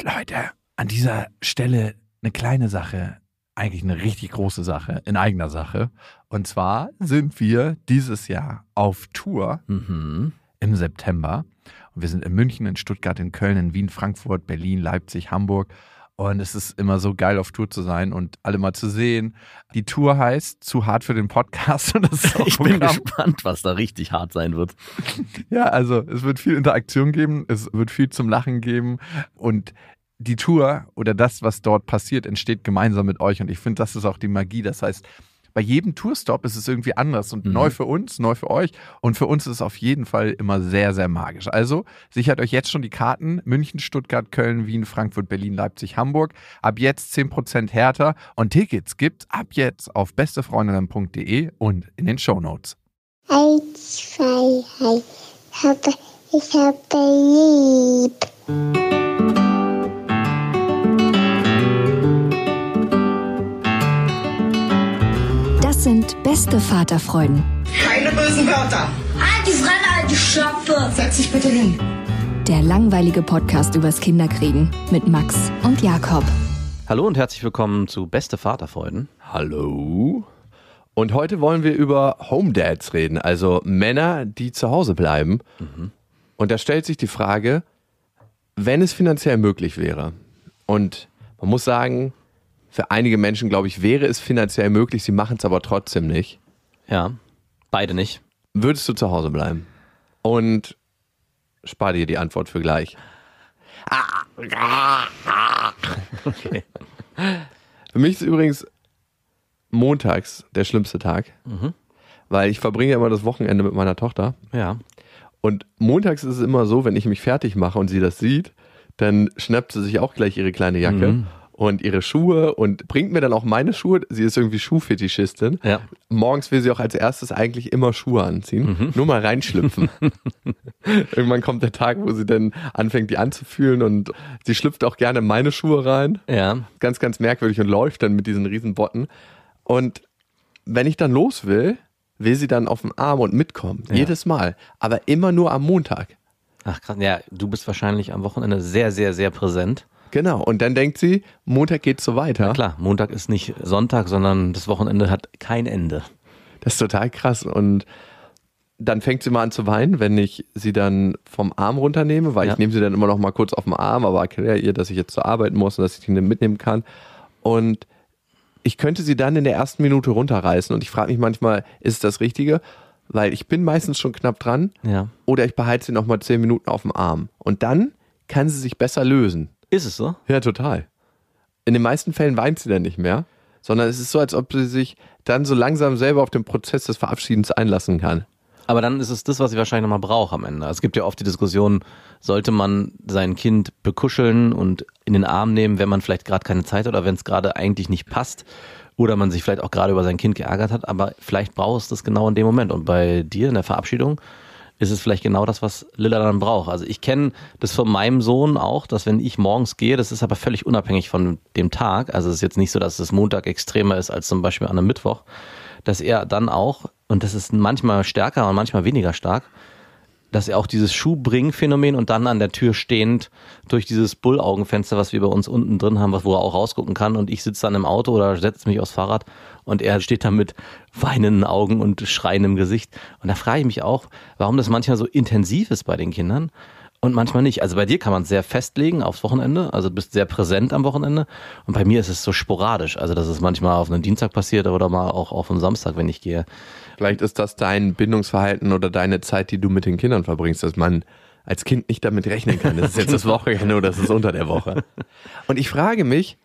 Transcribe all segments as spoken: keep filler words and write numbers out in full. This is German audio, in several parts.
Leute, an dieser Stelle eine kleine Sache, eigentlich eine richtig große Sache, in eigener Sache. Und zwar sind wir dieses Jahr auf Tour Mhm. im September. Und wir sind in München, in Stuttgart, in Köln, in Wien, Frankfurt, Berlin, Leipzig, Hamburg. Und es ist immer so geil, auf Tour zu sein und alle mal zu sehen. Die Tour heißt Zu hart für den Podcast. Und das ist auch Ich bin Programm. gespannt, was da richtig hart sein wird. Ja, also es wird viel Interaktion geben, es wird viel zum Lachen geben und die Tour oder das, was dort passiert, entsteht gemeinsam mit euch und ich finde, das ist auch die Magie. Das heißt, bei jedem Tourstop ist es irgendwie anders und Mhm. neu für uns, neu für euch und für uns ist es auf jeden Fall immer sehr, sehr magisch. Also sichert euch jetzt schon die Karten: München, Stuttgart, Köln, Wien, Frankfurt, Berlin, Leipzig, Hamburg. Ab jetzt zehn Prozent härter und Tickets gibt's ab jetzt auf bestefreundinnen punkt de und in den Shownotes. Eins, zwei, drei. Ich habe, ich habe lieb. Das sind beste Vaterfreuden. Keine bösen Wörter. Halt die Fremde, halt die Schöpfe. Setz dich bitte hin. Der langweilige Podcast übers Kinderkriegen mit Max und Jakob. Hallo und herzlich willkommen zu Beste Vaterfreuden. Hallo. Und heute wollen wir über Home Dads reden, also Männer, die zu Hause bleiben. Mhm. Und da stellt sich die Frage, wenn es finanziell möglich wäre. Und man muss sagen, für einige Menschen, glaube ich, wäre es finanziell möglich, sie machen es aber trotzdem nicht. Ja, beide nicht. Würdest du zu Hause bleiben? Und spar dir die Antwort für gleich. Okay. Für mich ist übrigens montags der schlimmste Tag, Mhm. weil ich verbringe immer das Wochenende mit meiner Tochter. Ja. Und montags ist es immer so, wenn ich mich fertig mache und sie das sieht, dann schnappt sie sich auch gleich ihre kleine Jacke Mhm. und ihre Schuhe und bringt mir dann auch meine Schuhe. Sie ist irgendwie Schuhfetischistin. Ja. Morgens will sie auch als erstes eigentlich immer Schuhe anziehen, Mhm. nur mal reinschlüpfen. Irgendwann kommt der Tag, wo sie dann anfängt, die anzufühlen und sie schlüpft auch gerne in meine Schuhe rein. Ja. Ganz, ganz merkwürdig und läuft dann mit diesen riesen Botten. Und wenn ich dann los will, will sie dann auf den Arm und mitkommen. Ja. Jedes Mal. Aber immer nur am Montag. Ach krass, ja, du bist wahrscheinlich am Wochenende sehr, sehr, sehr präsent. Genau. Und dann denkt sie, Montag geht's so weiter. Klar, Montag ist nicht Sonntag, sondern das Wochenende hat kein Ende. Das ist total krass. Und dann fängt sie mal an zu weinen, wenn ich sie dann vom Arm runternehme, weil Ja. ich nehme sie dann immer noch mal kurz auf den Arm, aber erkläre ihr, dass ich jetzt zur Arbeit muss und dass ich die mitnehmen kann. Und ich könnte sie dann in der ersten Minute runterreißen und ich frage mich manchmal, ist das Richtige? Weil ich bin meistens schon knapp dran Ja. oder ich behalte sie noch mal zehn Minuten auf dem Arm. Und dann kann sie sich besser lösen. Ist es so? Ja, total. In den meisten Fällen weint sie dann nicht mehr, sondern es ist so, als ob sie sich dann so langsam selber auf den Prozess des Verabschiedens einlassen kann. Aber dann ist es das, was ich wahrscheinlich nochmal brauche am Ende. Es gibt ja oft die Diskussion, sollte man sein Kind bekuscheln und in den Arm nehmen, wenn man vielleicht gerade keine Zeit hat oder wenn es gerade eigentlich nicht passt oder man sich vielleicht auch gerade über sein Kind geärgert hat, aber vielleicht brauchst du es genau in dem Moment. Und bei dir in der Verabschiedung ist es vielleicht genau das, was Lilla dann braucht. Also ich kenne das von meinem Sohn auch, dass wenn ich morgens gehe, das ist aber völlig unabhängig von dem Tag, also es ist jetzt nicht so, dass es Montag extremer ist als zum Beispiel an einem Mittwoch, dass er dann auch, und das ist manchmal stärker und manchmal weniger stark, dass er auch dieses Schuhbring-Phänomen und dann an der Tür stehend durch dieses Bullaugenfenster, was wir bei uns unten drin haben, wo er auch rausgucken kann und ich sitze dann im Auto oder setze mich aufs Fahrrad und er steht da mit weinenden Augen und Schreien im Gesicht. Und da frage ich mich auch, warum das manchmal so intensiv ist bei den Kindern und manchmal nicht. Also bei dir kann man es sehr festlegen aufs Wochenende, also du bist sehr präsent am Wochenende und bei mir ist es so sporadisch, also dass es manchmal auf einen Dienstag passiert oder mal auch auf einen Samstag, wenn ich gehe. Vielleicht ist das dein Bindungsverhalten oder deine Zeit, die du mit den Kindern verbringst, dass man als Kind nicht damit rechnen kann. Das ist jetzt das Wochenende oder das ist unter der Woche. Und ich frage mich,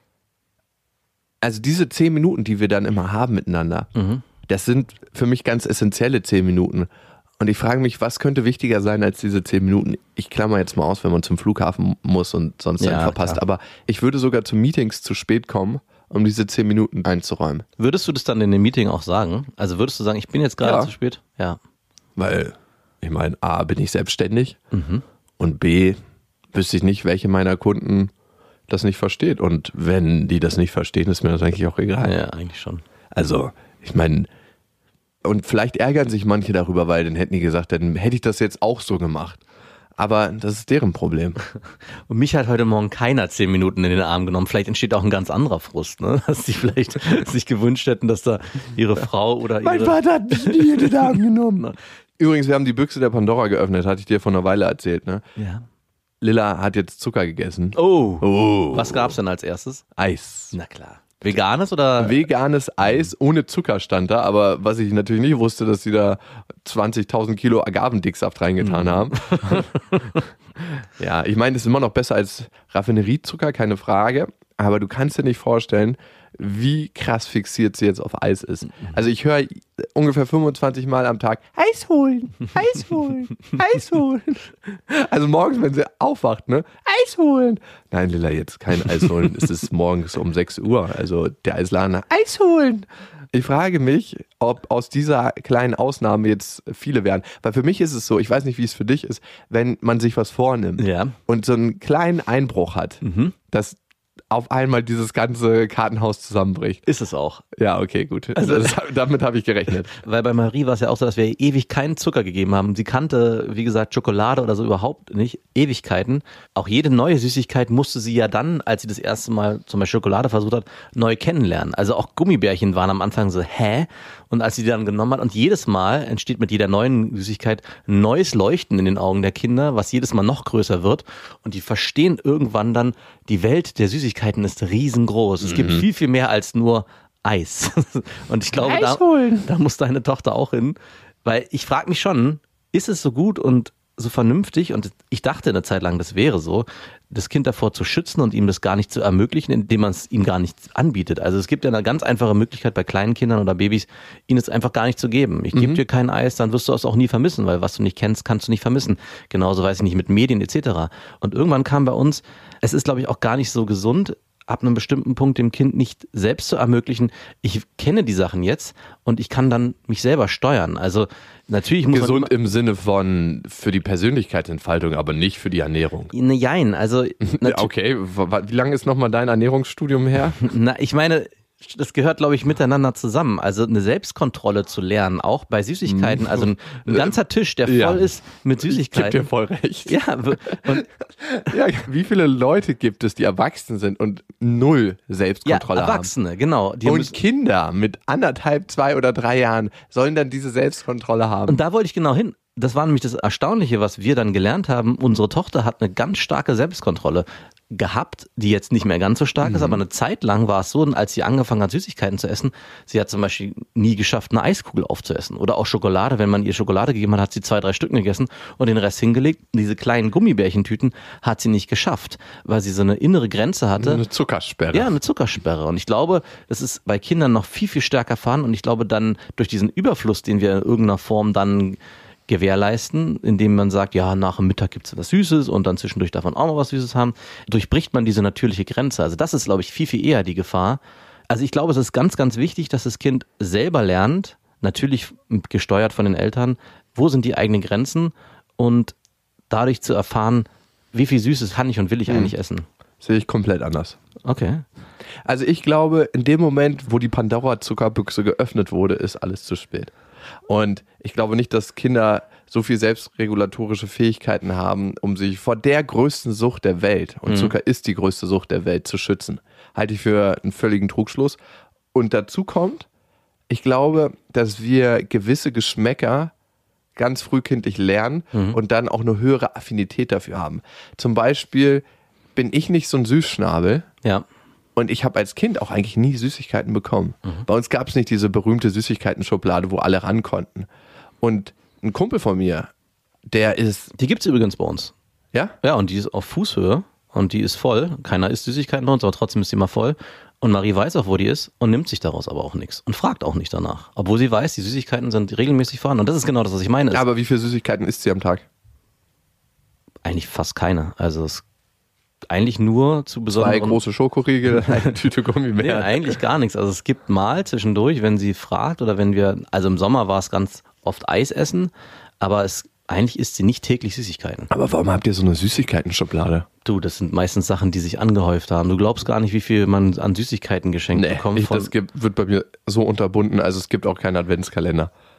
also diese zehn Minuten, die wir dann immer haben miteinander, Mhm. das sind für mich ganz essentielle zehn Minuten. Und ich frage mich, was könnte wichtiger sein als diese zehn Minuten? Ich klammer jetzt mal aus, wenn man zum Flughafen muss und sonst Ja, dann verpasst. klar. Aber ich würde sogar zu Meetings zu spät kommen, um diese zehn Minuten einzuräumen. Würdest du das dann in dem Meeting auch sagen? Also würdest du sagen, ich bin jetzt gerade Ja. zu spät? Ja. Weil, ich meine, A, bin ich selbstständig Mhm. und B, wüsste ich nicht, welche meiner Kunden das nicht versteht. Und wenn die das nicht verstehen, ist mir das eigentlich auch egal. Ja, eigentlich schon. Also, ich meine, und vielleicht ärgern sich manche darüber, weil dann hätten die gesagt, dann hätte ich das jetzt auch so gemacht. aber das ist deren Problem. Und mich hat heute Morgen keiner zehn Minuten in den Arm genommen. Vielleicht entsteht auch ein ganz anderer Frust, ne? Dass sie vielleicht sich gewünscht hätten, dass da ihre Frau oder ihre... Mein Vater hat mich nie in den Arm genommen. Übrigens, wir haben die Büchse der Pandora geöffnet, hatte ich dir vor einer Weile erzählt, ne? Ja. Lilla hat jetzt Zucker gegessen. Oh. Oh. Was gab's denn als erstes? Eis. Na klar. Veganes oder? Veganes Eis ohne Zucker stand da, aber was ich natürlich nicht wusste, dass sie da zwanzigtausend Kilo Agavendicksaft reingetan Mhm. haben. Ja, ich meine, das ist immer noch besser als Raffineriezucker, keine Frage, aber du kannst dir nicht vorstellen, wie krass fixiert sie jetzt auf Eis ist. Also ich höre ungefähr fünfundzwanzig Mal am Tag Eis holen, Eis holen, Eis holen. Also morgens, wenn sie aufwacht, ne? Eis holen. Nein, Lilla, jetzt kein Eis holen. Es ist morgens um sechs Uhr. Also der Eisladen, Eis holen. Ich frage mich, ob aus dieser kleinen Ausnahme jetzt viele werden. Weil für mich ist es so, ich weiß nicht, wie es für dich ist, wenn man sich was vornimmt Ja. und so einen kleinen Einbruch hat, Mhm. dass auf einmal dieses ganze Kartenhaus zusammenbricht. Ist es auch. Ja, okay, gut. Also das, damit habe ich gerechnet. Weil bei Marie war es ja auch so, dass wir ihr ewig keinen Zucker gegeben haben. Sie kannte, wie gesagt, Schokolade oder so überhaupt nicht. Ewigkeiten. Auch jede neue Süßigkeit musste sie ja dann, als sie das erste Mal zum Beispiel Schokolade versucht hat, neu kennenlernen. Also auch Gummibärchen waren am Anfang so, hä? Und als sie die dann genommen hat und jedes Mal entsteht mit jeder neuen Süßigkeit ein neues Leuchten in den Augen der Kinder, was jedes Mal noch größer wird. Und die verstehen irgendwann dann, die Welt der Süßigkeiten ist riesengroß. Es gibt viel, viel mehr als nur Eis. Und ich glaube, da, da muss deine Tochter auch hin. Weil ich frage mich schon, ist es so gut und so vernünftig? Und ich dachte eine Zeit lang, das wäre so, das Kind davor zu schützen und ihm das gar nicht zu ermöglichen, indem man es ihm gar nicht anbietet. Also es gibt ja eine ganz einfache Möglichkeit bei kleinen Kindern oder Babys, ihnen es einfach gar nicht zu geben. Ich gebe dir kein Eis, dann wirst du es auch nie vermissen, weil was du nicht kennst, kannst du nicht vermissen. Genauso weiß ich nicht mit Medien et cetera. Und irgendwann kam bei uns, es ist glaube ich auch gar nicht so gesund, ab einem bestimmten Punkt dem Kind nicht selbst zu ermöglichen, ich kenne die Sachen jetzt und ich kann dann mich selber steuern. Also natürlich muss Gesund man... im Sinne von für die Persönlichkeitsentfaltung, aber nicht für die Ernährung. Ne, jein, also... Ja, okay, wie lange ist nochmal dein Ernährungsstudium her? Na, ich meine, das gehört, glaube ich, miteinander zusammen. Also eine Selbstkontrolle zu lernen, auch bei Süßigkeiten. Also ein, ein ganzer Tisch, der voll Ja. ist mit Ich gebe Süßigkeiten. dir voll recht. Ja, und Ja, wie viele Leute gibt es, die erwachsen sind und null ja, Selbstkontrolle Erwachsene, genau. Die haben? Und müssen, Kinder mit anderthalb, zwei oder drei Jahren sollen dann diese Selbstkontrolle haben. und da wollte ich genau hin. Das war nämlich das Erstaunliche, was wir dann gelernt haben. Unsere Tochter hat eine ganz starke Selbstkontrolle gehabt, die jetzt nicht mehr ganz so stark ist, aber eine Zeit lang war es so, als sie angefangen hat, Süßigkeiten zu essen, sie hat zum Beispiel nie geschafft, eine Eiskugel aufzuessen oder auch Schokolade. Wenn man ihr Schokolade gegeben hat, hat sie zwei, drei Stück gegessen und den Rest hingelegt. Diese kleinen Gummibärchentüten hat sie nicht geschafft, weil sie so eine innere Grenze hatte. Eine Zuckersperre. Ja, eine Zuckersperre. Und ich glaube, das ist bei Kindern noch viel, viel stärker vorhanden. Und ich glaube dann durch diesen Überfluss, den wir in irgendeiner Form dann gewährleisten, indem man sagt, ja, nach dem Mittag gibt's was Süßes und dann zwischendurch darf man auch mal was Süßes haben, durchbricht man diese natürliche Grenze. Also das ist, glaube ich, viel, viel eher die Gefahr. Also ich glaube, es ist ganz, ganz wichtig, dass das Kind selber lernt, natürlich gesteuert von den Eltern, wo sind die eigenen Grenzen und dadurch zu erfahren, wie viel Süßes kann ich und will ich eigentlich essen. Sehe ich komplett anders. Okay. Also ich glaube, in dem Moment, wo die Pandora-Zuckerbüchse geöffnet wurde, ist alles zu spät. Und ich glaube nicht, dass Kinder so viel selbstregulatorische Fähigkeiten haben, um sich vor der größten Sucht der Welt, und Zucker ist die größte Sucht der Welt, zu schützen. Halte ich für einen völligen Trugschluss. Und dazu kommt, ich glaube, dass wir gewisse Geschmäcker ganz frühkindlich lernen und dann auch eine höhere Affinität dafür haben. Zum Beispiel bin ich nicht so ein Süßschnabel. Ja. Und ich habe als Kind auch eigentlich nie Süßigkeiten bekommen. Bei uns gab es nicht diese berühmte Süßigkeiten-Schublade, wo alle ran konnten. Und ein Kumpel von mir, der ist, Die gibt's übrigens bei uns. ja, Ja, und die ist auf Fußhöhe und die ist voll. Keiner isst Süßigkeiten bei uns, aber trotzdem ist sie mal voll. Und Marie weiß auch, wo die ist und nimmt sich daraus aber auch nichts und fragt auch nicht danach. Obwohl sie weiß, die Süßigkeiten sind regelmäßig vorhanden. Und das ist genau das, was ich meine. Ist aber wie viele Süßigkeiten isst sie am Tag? eigentlich fast keine. Also es eigentlich nur zu Zwei besonderen... große Schokoriegel, eine Tüte Nee, Gummibär. eigentlich gar nichts. Also es gibt mal zwischendurch, wenn sie fragt oder wenn wir, also im Sommer war es ganz oft Eis essen, aber es eigentlich isst sie nicht täglich Süßigkeiten. Aber warum habt ihr so eine Süßigkeiten-Schublade? Du, das sind meistens Sachen, die sich angehäuft haben. Du glaubst gar nicht, wie viel man an Süßigkeiten geschenkt Nee, bekommt. ich, Von, das gibt, wird bei mir so unterbunden, also es gibt auch keinen Adventskalender.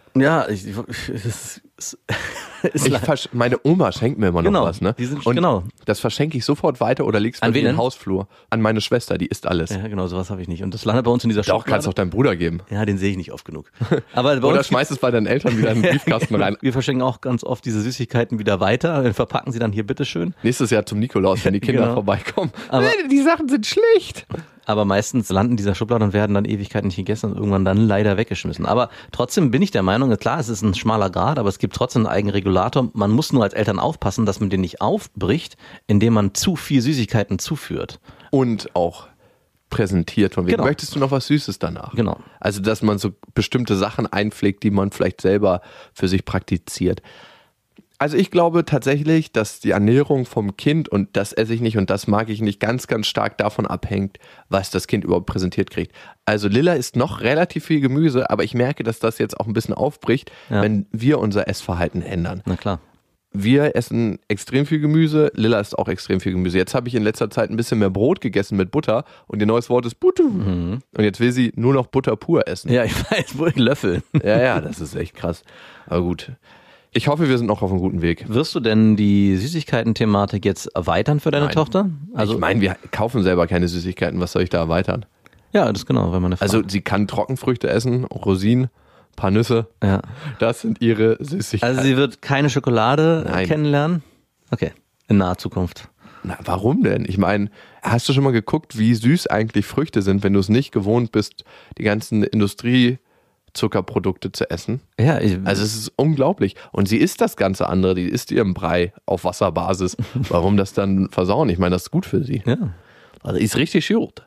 Ja, ich, ich, es, es, es Ich versch- meine Oma schenkt mir immer noch Genau, was, ne? die sind- Und genau. das verschenke ich sofort weiter oder leg's An bei mir wen im denn? Hausflur. An meine Schwester, die isst alles. ja, genau, sowas habe ich nicht. Und das landet bei uns in dieser Doch, Schublade. kannst du auch deinem Bruder geben. Ja, den sehe ich nicht oft genug. Aber bei Oder uns schmeißt es bei deinen Eltern wieder in den Briefkasten rein. wir verschenken auch ganz oft diese Süßigkeiten wieder weiter. Dann verpacken sie dann hier bitteschön. Nächstes Jahr zum Nikolaus, wenn die Kinder Genau. vorbeikommen. Aber- Nee, die Sachen sind schlicht. Aber meistens landen dieser Schublade und werden dann Ewigkeiten nicht gegessen und irgendwann dann leider weggeschmissen. Aber trotzdem bin ich der Meinung, klar, es ist ein schmaler Grat, aber es gibt trotzdem einen eigenen Regulator. Man muss nur als Eltern aufpassen, dass man den nicht aufbricht, indem man zu viel Süßigkeiten zuführt. Und auch präsentiert von wegen, Genau. möchtest du noch was Süßes danach? Genau. Also, dass man so bestimmte Sachen einpflegt, die man vielleicht selber für sich praktiziert. Also ich glaube tatsächlich, dass die Ernährung vom Kind, und das esse ich nicht und das mag ich nicht, ganz, ganz stark davon abhängt, was das Kind überhaupt präsentiert kriegt. Also Lilla isst noch relativ viel Gemüse, aber ich merke, dass das jetzt auch ein bisschen aufbricht, Ja. wenn wir unser Essverhalten ändern. Na klar. Wir essen extrem viel Gemüse, Lilla isst auch extrem viel Gemüse. Jetzt habe ich in letzter Zeit ein bisschen mehr Brot gegessen mit Butter und ihr neues Wort ist Butter. Und jetzt will sie nur noch Butter pur essen. Ja, ich weiß, wo ich Löffel. Ja, ja, das ist echt krass. Aber gut. Ich hoffe, wir sind noch auf einem guten Weg. Wirst du denn die Süßigkeiten-Thematik jetzt erweitern für deine Nein. Tochter? Also, ich meine, wir kaufen selber keine Süßigkeiten. Was soll ich da erweitern? ja, das ist genau, wenn man eine Frage. Also sie kann Trockenfrüchte essen, Rosinen, ein paar Nüsse. ja. Das sind ihre Süßigkeiten. Also sie wird keine Schokolade Nein. kennenlernen? Okay, in naher Zukunft. Na, warum denn? Ich meine, hast du schon mal geguckt, wie süß eigentlich Früchte sind, wenn du es nicht gewohnt bist, die ganzen Industriezuckerprodukte zu essen? Ja, ich, Also es ist unglaublich. Und sie isst das ganze andere, die isst ihren Brei auf Wasserbasis. Warum das dann versauen? Ich meine, das ist gut für sie. ja. Also ist richtig gut.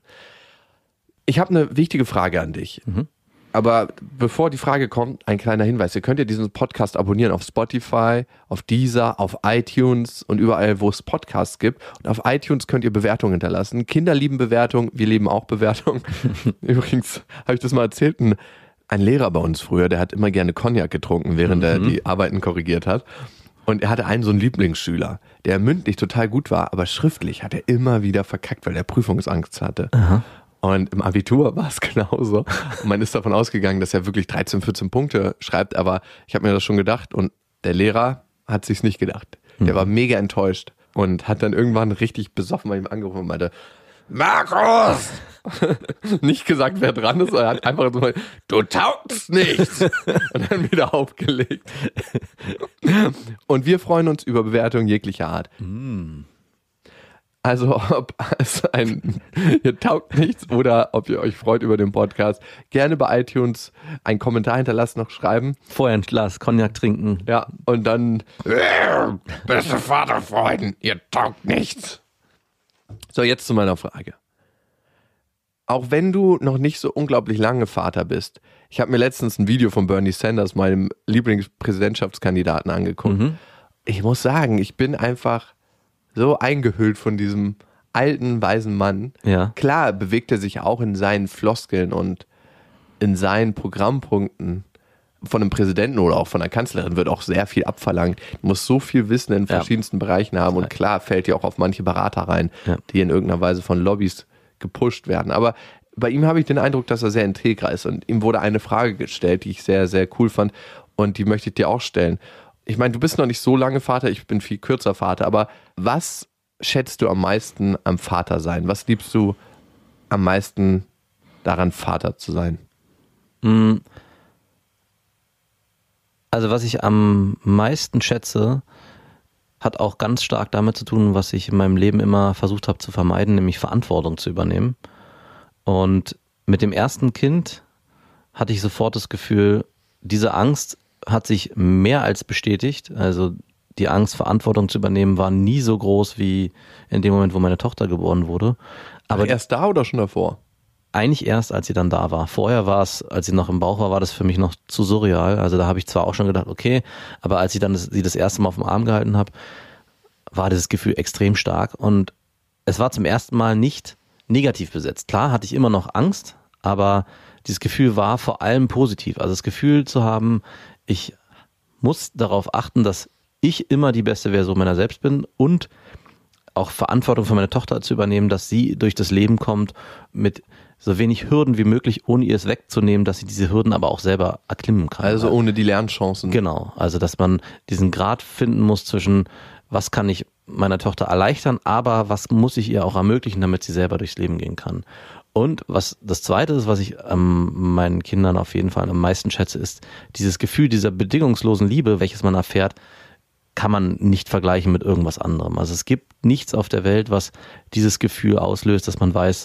Ich habe eine wichtige Frage an dich. Aber bevor die Frage kommt, ein kleiner Hinweis. Ihr könnt ja diesen Podcast abonnieren auf Spotify, auf Deezer, auf iTunes und überall, wo es Podcasts gibt. Und auf iTunes könnt ihr Bewertungen hinterlassen. Kinder lieben Bewertungen, wir lieben auch Bewertungen. Übrigens habe ich das mal erzählt, ein, ein Lehrer bei uns früher, der hat immer gerne Cognac getrunken, während er die Arbeiten korrigiert hat. Und er hatte einen so einen Lieblingsschüler, der mündlich total gut war, aber schriftlich hat er immer wieder verkackt, weil er Prüfungsangst hatte. Und im Abitur war es genauso. Und man ist davon ausgegangen, dass er wirklich dreizehn, vierzehn Punkte schreibt, aber ich habe mir das schon gedacht und der Lehrer hat sich's nicht gedacht. Der war mega enttäuscht und hat dann irgendwann richtig besoffen bei ihm angerufen und meinte, Markus! Nicht gesagt, wer dran ist, er hat einfach so mal, du taugst nichts! Und dann wieder aufgelegt. Und wir freuen uns über Bewertungen jeglicher Art. Also ob es ein, ihr taugt nichts oder ob ihr euch freut über den Podcast, gerne bei iTunes einen Kommentar hinterlassen, noch schreiben. Vorher ein Glas Cognac trinken. Ja, und dann äh, beste Vaterfreuden, ihr taugt nichts. So, jetzt zu meiner Frage. Auch wenn du noch nicht so unglaublich lange Vater bist, ich habe mir letztens ein Video von Bernie Sanders, meinem Lieblingspräsidentschaftskandidaten, angeguckt. Mhm. Ich muss sagen, ich bin einfach so eingehüllt von diesem alten, weisen Mann. Ja. Klar bewegt er sich auch in seinen Floskeln und in seinen Programmpunkten. Von einem Präsidenten oder auch von einer Kanzlerin wird auch sehr viel abverlangt. Du musst so viel Wissen in Ja. verschiedensten Bereichen haben und klar fällt dir auch auf manche Berater rein, Ja. die in irgendeiner Weise von Lobbys gepusht werden. Aber bei ihm habe ich den Eindruck, dass er sehr integer ist und ihm wurde eine Frage gestellt, die ich sehr, sehr cool fand und die möchte ich dir auch stellen. Ich meine, du bist noch nicht so lange Vater, ich bin viel kürzer Vater, aber was schätzt du am meisten am Vater sein? Was liebst du am meisten daran, Vater zu sein? Also was ich am meisten schätze, hat auch ganz stark damit zu tun, was ich in meinem Leben immer versucht habe zu vermeiden, nämlich Verantwortung zu übernehmen. Und mit dem ersten Kind hatte ich sofort das Gefühl, diese Angst hat sich mehr als bestätigt. Also die Angst, Verantwortung zu übernehmen, war nie so groß wie in dem Moment, wo meine Tochter geboren wurde. Aber Aber erst da oder schon davor? eigentlich erst, als sie dann da war. Vorher war es, als sie noch im Bauch war, war das für mich noch zu surreal. Also da habe ich zwar auch schon gedacht, okay, aber als ich dann das, sie das erste Mal auf dem Arm gehalten habe, war das Gefühl extrem stark und es war zum ersten Mal nicht negativ besetzt. Klar hatte ich immer noch Angst, aber dieses Gefühl war vor allem positiv. Also das Gefühl zu haben, ich muss darauf achten, dass ich immer die beste Version meiner selbst bin und auch Verantwortung für meine Tochter zu übernehmen, dass sie durch das Leben kommt mit so wenig Hürden wie möglich, ohne ihr es wegzunehmen, dass sie diese Hürden aber auch selber erklimmen kann. Also ohne die Lernchancen. Genau, also dass man diesen Grad finden muss zwischen, was kann ich meiner Tochter erleichtern, aber was muss ich ihr auch ermöglichen, damit sie selber durchs Leben gehen kann. Und was das Zweite ist, was ich ähm, meinen Kindern auf jeden Fall am meisten schätze, ist dieses Gefühl dieser bedingungslosen Liebe, welches man erfährt, kann man nicht vergleichen mit irgendwas anderem. Also es gibt nichts auf der Welt, was dieses Gefühl auslöst, dass man weiß,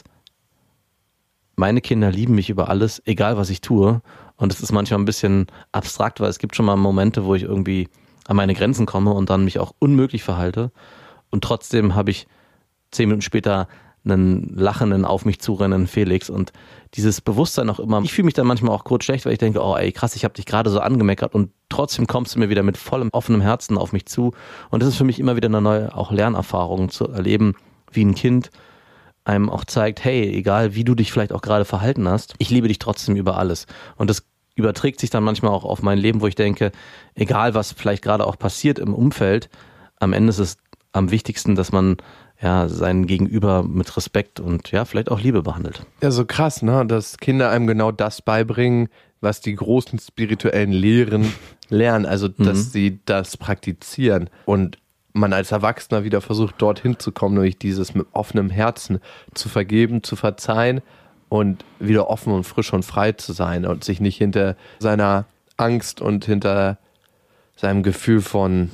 meine Kinder lieben mich über alles, egal was ich tue. Und es ist manchmal ein bisschen abstrakt, weil es gibt schon mal Momente, wo ich irgendwie an meine Grenzen komme und dann mich auch unmöglich verhalte. Und trotzdem habe ich zehn Minuten später einen lachenden, auf mich zurennenden Felix und dieses Bewusstsein auch immer. Ich fühle mich dann manchmal auch kurz schlecht, weil ich denke, oh ey krass, ich habe dich gerade so angemeckert und trotzdem kommst du mir wieder mit vollem offenem Herzen auf mich zu. Und das ist für mich immer wieder eine neue auch Lernerfahrung zu erleben, wie ein Kind einem auch zeigt, hey, egal wie du dich vielleicht auch gerade verhalten hast, ich liebe dich trotzdem über alles. Und das überträgt sich dann manchmal auch auf mein Leben, wo ich denke, egal was vielleicht gerade auch passiert im Umfeld, am Ende ist es am wichtigsten, dass man ja seinen Gegenüber mit Respekt und ja vielleicht auch Liebe behandelt. Ja, so krass, ne, dass Kinder einem genau das beibringen, was die großen spirituellen Lehren lernen, also dass mhm. sie das praktizieren und man als Erwachsener wieder versucht, dorthin zu kommen, nämlich dieses mit offenem Herzen zu vergeben, zu verzeihen und wieder offen und frisch und frei zu sein und sich nicht hinter seiner Angst und hinter seinem Gefühl von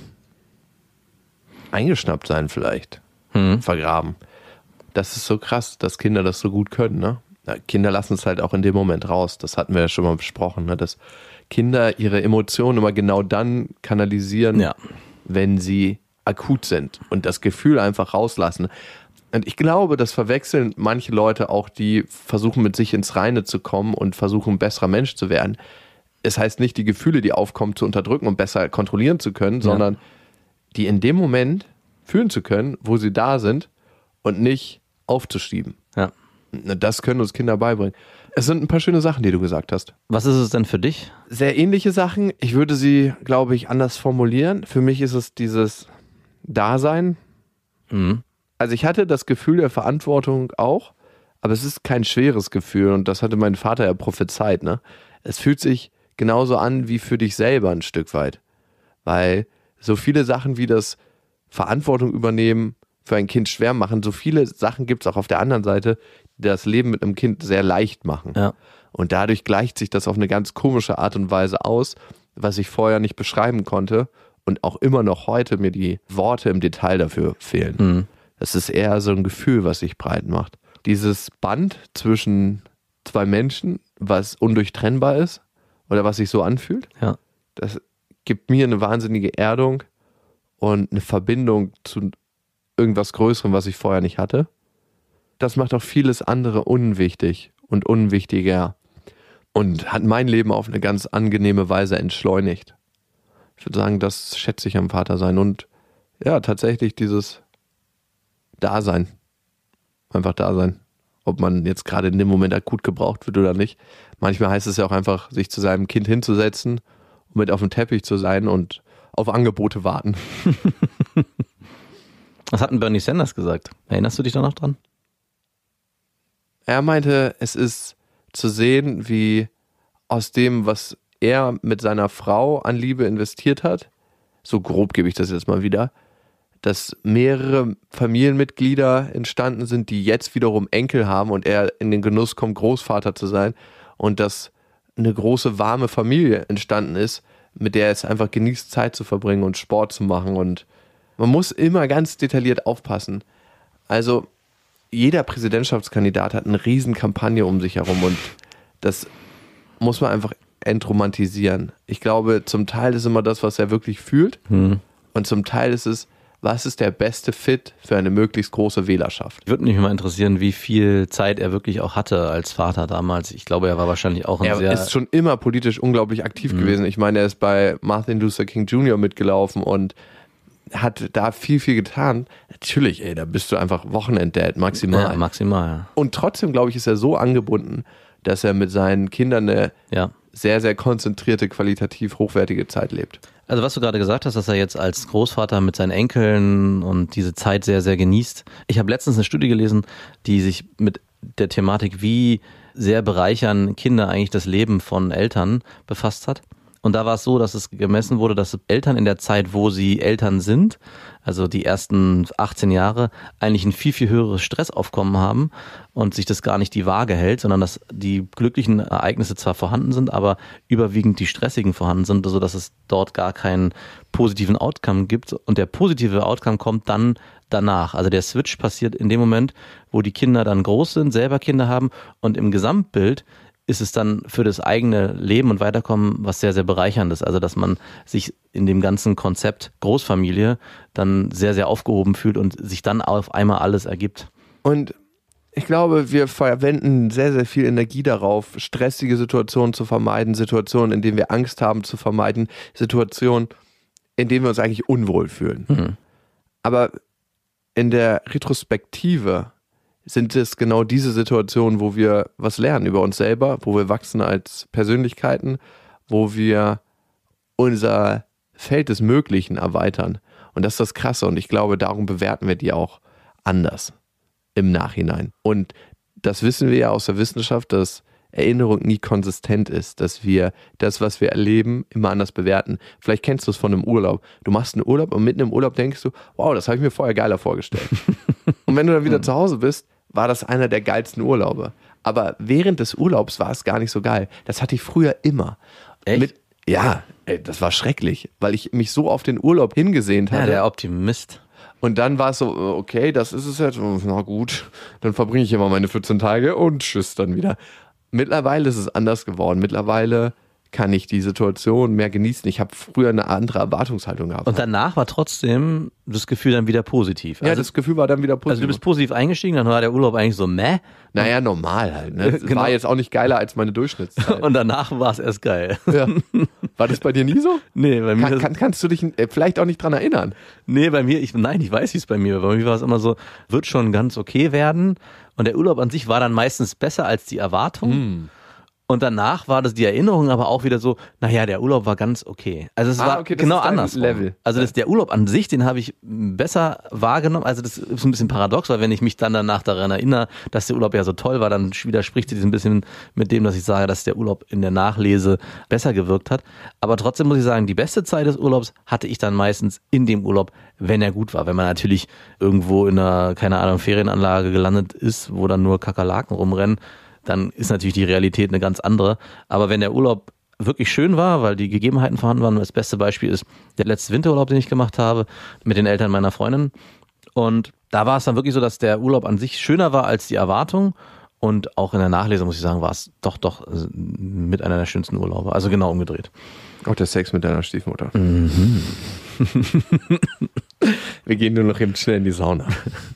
eingeschnappt sein vielleicht hm. vergraben. Das ist so krass, dass Kinder das so gut können, ne? Ja, Kinder lassen es halt auch in dem Moment raus. Das hatten wir ja schon mal besprochen, ne? Dass Kinder ihre Emotionen immer genau dann kanalisieren, ja. wenn sie akut sind und das Gefühl einfach rauslassen. Und ich glaube, das verwechseln manche Leute auch, die versuchen mit sich ins Reine zu kommen und versuchen, ein besserer Mensch zu werden. Es heißt nicht, die Gefühle, die aufkommen, zu unterdrücken und besser kontrollieren zu können, ja. sondern die in dem Moment fühlen zu können, wo sie da sind und nicht aufzuschieben. Ja. Das können uns Kinder beibringen. Es sind ein paar schöne Sachen, die du gesagt hast. Was ist es denn für dich? Sehr ähnliche Sachen. Ich würde sie, glaube ich, anders formulieren. Für mich ist es dieses Dasein. Mhm. Also ich hatte das Gefühl der Verantwortung auch, aber es ist kein schweres Gefühl und das hatte mein Vater ja prophezeit, ne? Es fühlt sich genauso an wie für dich selber ein Stück weit, weil so viele Sachen wie das Verantwortung übernehmen für ein Kind schwer machen, so viele Sachen gibt es auch auf der anderen Seite, die das Leben mit einem Kind sehr leicht machen. Ja. Und dadurch gleicht sich das auf eine ganz komische Art und Weise aus, was ich vorher nicht beschreiben konnte und auch immer noch heute mir die Worte im Detail dafür fehlen. Mhm. Es ist eher so ein Gefühl, was sich breit macht. Dieses Band zwischen zwei Menschen, was undurchtrennbar ist oder was sich so anfühlt, ja. das gibt mir eine wahnsinnige Erdung und eine Verbindung zu irgendwas Größerem, was ich vorher nicht hatte. Das macht auch vieles andere unwichtig und unwichtiger und hat mein Leben auf eine ganz angenehme Weise entschleunigt. Ich würde sagen, das schätze ich am Vatersein und ja, tatsächlich dieses Dasein. Einfach da sein. Ob man jetzt gerade in dem Moment akut gebraucht wird oder nicht. Manchmal heißt es ja auch einfach, sich zu seinem Kind hinzusetzen und mit auf dem Teppich zu sein und auf Angebote warten. Was hat denn Bernie Sanders gesagt? Erinnerst du dich da noch dran? Er meinte, es ist zu sehen, wie aus dem, was er mit seiner Frau an Liebe investiert hat, so grob gebe ich das jetzt mal wieder, dass mehrere Familienmitglieder entstanden sind, die jetzt wiederum Enkel haben und er in den Genuss kommt, Großvater zu sein und dass eine große, warme Familie entstanden ist, mit der es einfach genießt, Zeit zu verbringen und Sport zu machen und man muss immer ganz detailliert aufpassen. Also jeder Präsidentschaftskandidat hat eine riesen Kampagne um sich herum und das muss man einfach entromantisieren. Ich glaube, zum Teil ist immer das, was er wirklich fühlt hm. und zum Teil ist es, was ist der beste Fit für eine möglichst große Wählerschaft? Würde mich mal interessieren, wie viel Zeit er wirklich auch hatte als Vater damals. Ich glaube, er war wahrscheinlich auch ein er sehr... Er ist schon immer politisch unglaublich aktiv mhm. gewesen. Ich meine, er ist bei Martin Luther King Junior mitgelaufen und hat da viel, viel getan. Natürlich, ey, da bist du einfach Wochenenddad, maximal. Ja, maximal, ja. Und trotzdem, glaube ich, ist er so angebunden, dass er mit seinen Kindern eine ja. sehr, sehr konzentrierte, qualitativ hochwertige Zeit lebt. Also was du gerade gesagt hast, dass er jetzt als Großvater mit seinen Enkeln und diese Zeit sehr, sehr genießt. Ich habe letztens eine Studie gelesen, die sich mit der Thematik, wie sehr bereichern Kinder eigentlich das Leben von Eltern befasst hat. Und da war es so, dass es gemessen wurde, dass Eltern in der Zeit, wo sie Eltern sind, also die ersten achtzehn Jahre, eigentlich ein viel, viel höheres Stressaufkommen haben und sich das gar nicht die Waage hält, sondern dass die glücklichen Ereignisse zwar vorhanden sind, aber überwiegend die stressigen vorhanden sind, sodass es dort gar keinen positiven Outcome gibt. Und der positive Outcome kommt dann danach. Also der Switch passiert in dem Moment, wo die Kinder dann groß sind, selber Kinder haben und im Gesamtbild ist es dann für das eigene Leben und Weiterkommen was sehr, sehr Bereicherndes. Also dass man sich in dem ganzen Konzept Großfamilie dann sehr, sehr aufgehoben fühlt und sich dann auf einmal alles ergibt. Und ich glaube, wir verwenden sehr, sehr viel Energie darauf, stressige Situationen zu vermeiden, Situationen, in denen wir Angst haben zu vermeiden, Situationen, in denen wir uns eigentlich unwohl fühlen. Mhm. Aber in der Retrospektive sind es genau diese Situationen, wo wir was lernen über uns selber, wo wir wachsen als Persönlichkeiten, wo wir unser Feld des Möglichen erweitern. Und das ist das Krasse. Und ich glaube, darum bewerten wir die auch anders im Nachhinein. Und das wissen wir ja aus der Wissenschaft, dass Erinnerung nie konsistent ist, dass wir das, was wir erleben, immer anders bewerten. Vielleicht kennst du es von einem Urlaub. Du machst einen Urlaub und mitten im Urlaub denkst du, wow, das habe ich mir vorher geiler vorgestellt. Und wenn du dann wieder zu Hause bist, war das einer der geilsten Urlaube. Aber während des Urlaubs war es gar nicht so geil. Das hatte ich früher immer. Echt? Mit, ja, ey, das war schrecklich, weil ich mich so auf den Urlaub hingesehnt hatte. Ja, der Optimist. Und dann war es so, okay, das ist es jetzt, na gut, dann verbringe ich immer meine vierzehn Tage und tschüss dann wieder. Mittlerweile ist es anders geworden. Mittlerweile kann ich die Situation mehr genießen. Ich habe früher eine andere Erwartungshaltung gehabt. Und danach war trotzdem das Gefühl dann wieder positiv. Ja, also, das Gefühl war dann wieder positiv. Also du bist positiv eingestiegen, dann war der Urlaub eigentlich so meh. Naja, normal halt. Ne? Es Genau. war jetzt auch nicht geiler als meine Durchschnittszeit. Und danach war es erst geil. Ja. War das bei dir nie so? Nee, bei mir Kann, ist- kann, kannst du dich äh, vielleicht auch nicht dran erinnern? Nee, bei mir, ich, nein, ich weiß, wie es bei mir war. Bei mir war es immer so, wird schon ganz okay werden. Und der Urlaub an sich war dann meistens besser als die Erwartung. Und danach war das die Erinnerung aber auch wieder so, naja, der Urlaub war ganz okay. Also es Ah, war okay, das genau ist dein anders. Level. Also das, der Urlaub an sich, den habe ich besser wahrgenommen. Also das ist ein bisschen paradox, weil wenn ich mich dann danach daran erinnere, dass der Urlaub ja so toll war, dann widerspricht sie ein bisschen mit dem, dass ich sage, dass der Urlaub in der Nachlese besser gewirkt hat. Aber trotzdem muss ich sagen, die beste Zeit des Urlaubs hatte ich dann meistens in dem Urlaub, wenn er gut war. Wenn man natürlich irgendwo in einer, keine Ahnung, Ferienanlage gelandet ist, wo dann nur Kakerlaken rumrennen, dann ist natürlich die Realität eine ganz andere. Aber wenn der Urlaub wirklich schön war, weil die Gegebenheiten vorhanden waren, das beste Beispiel ist der letzte Winterurlaub, den ich gemacht habe, mit den Eltern meiner Freundin. Und da war es dann wirklich so, dass der Urlaub an sich schöner war als die Erwartung. Und auch in der Nachlese, muss ich sagen, war es doch, doch mit einer der schönsten Urlaube. Also genau umgedreht. Auch der Sex mit deiner Stiefmutter. Mhm. Wir gehen nur noch eben schnell in die Sauna.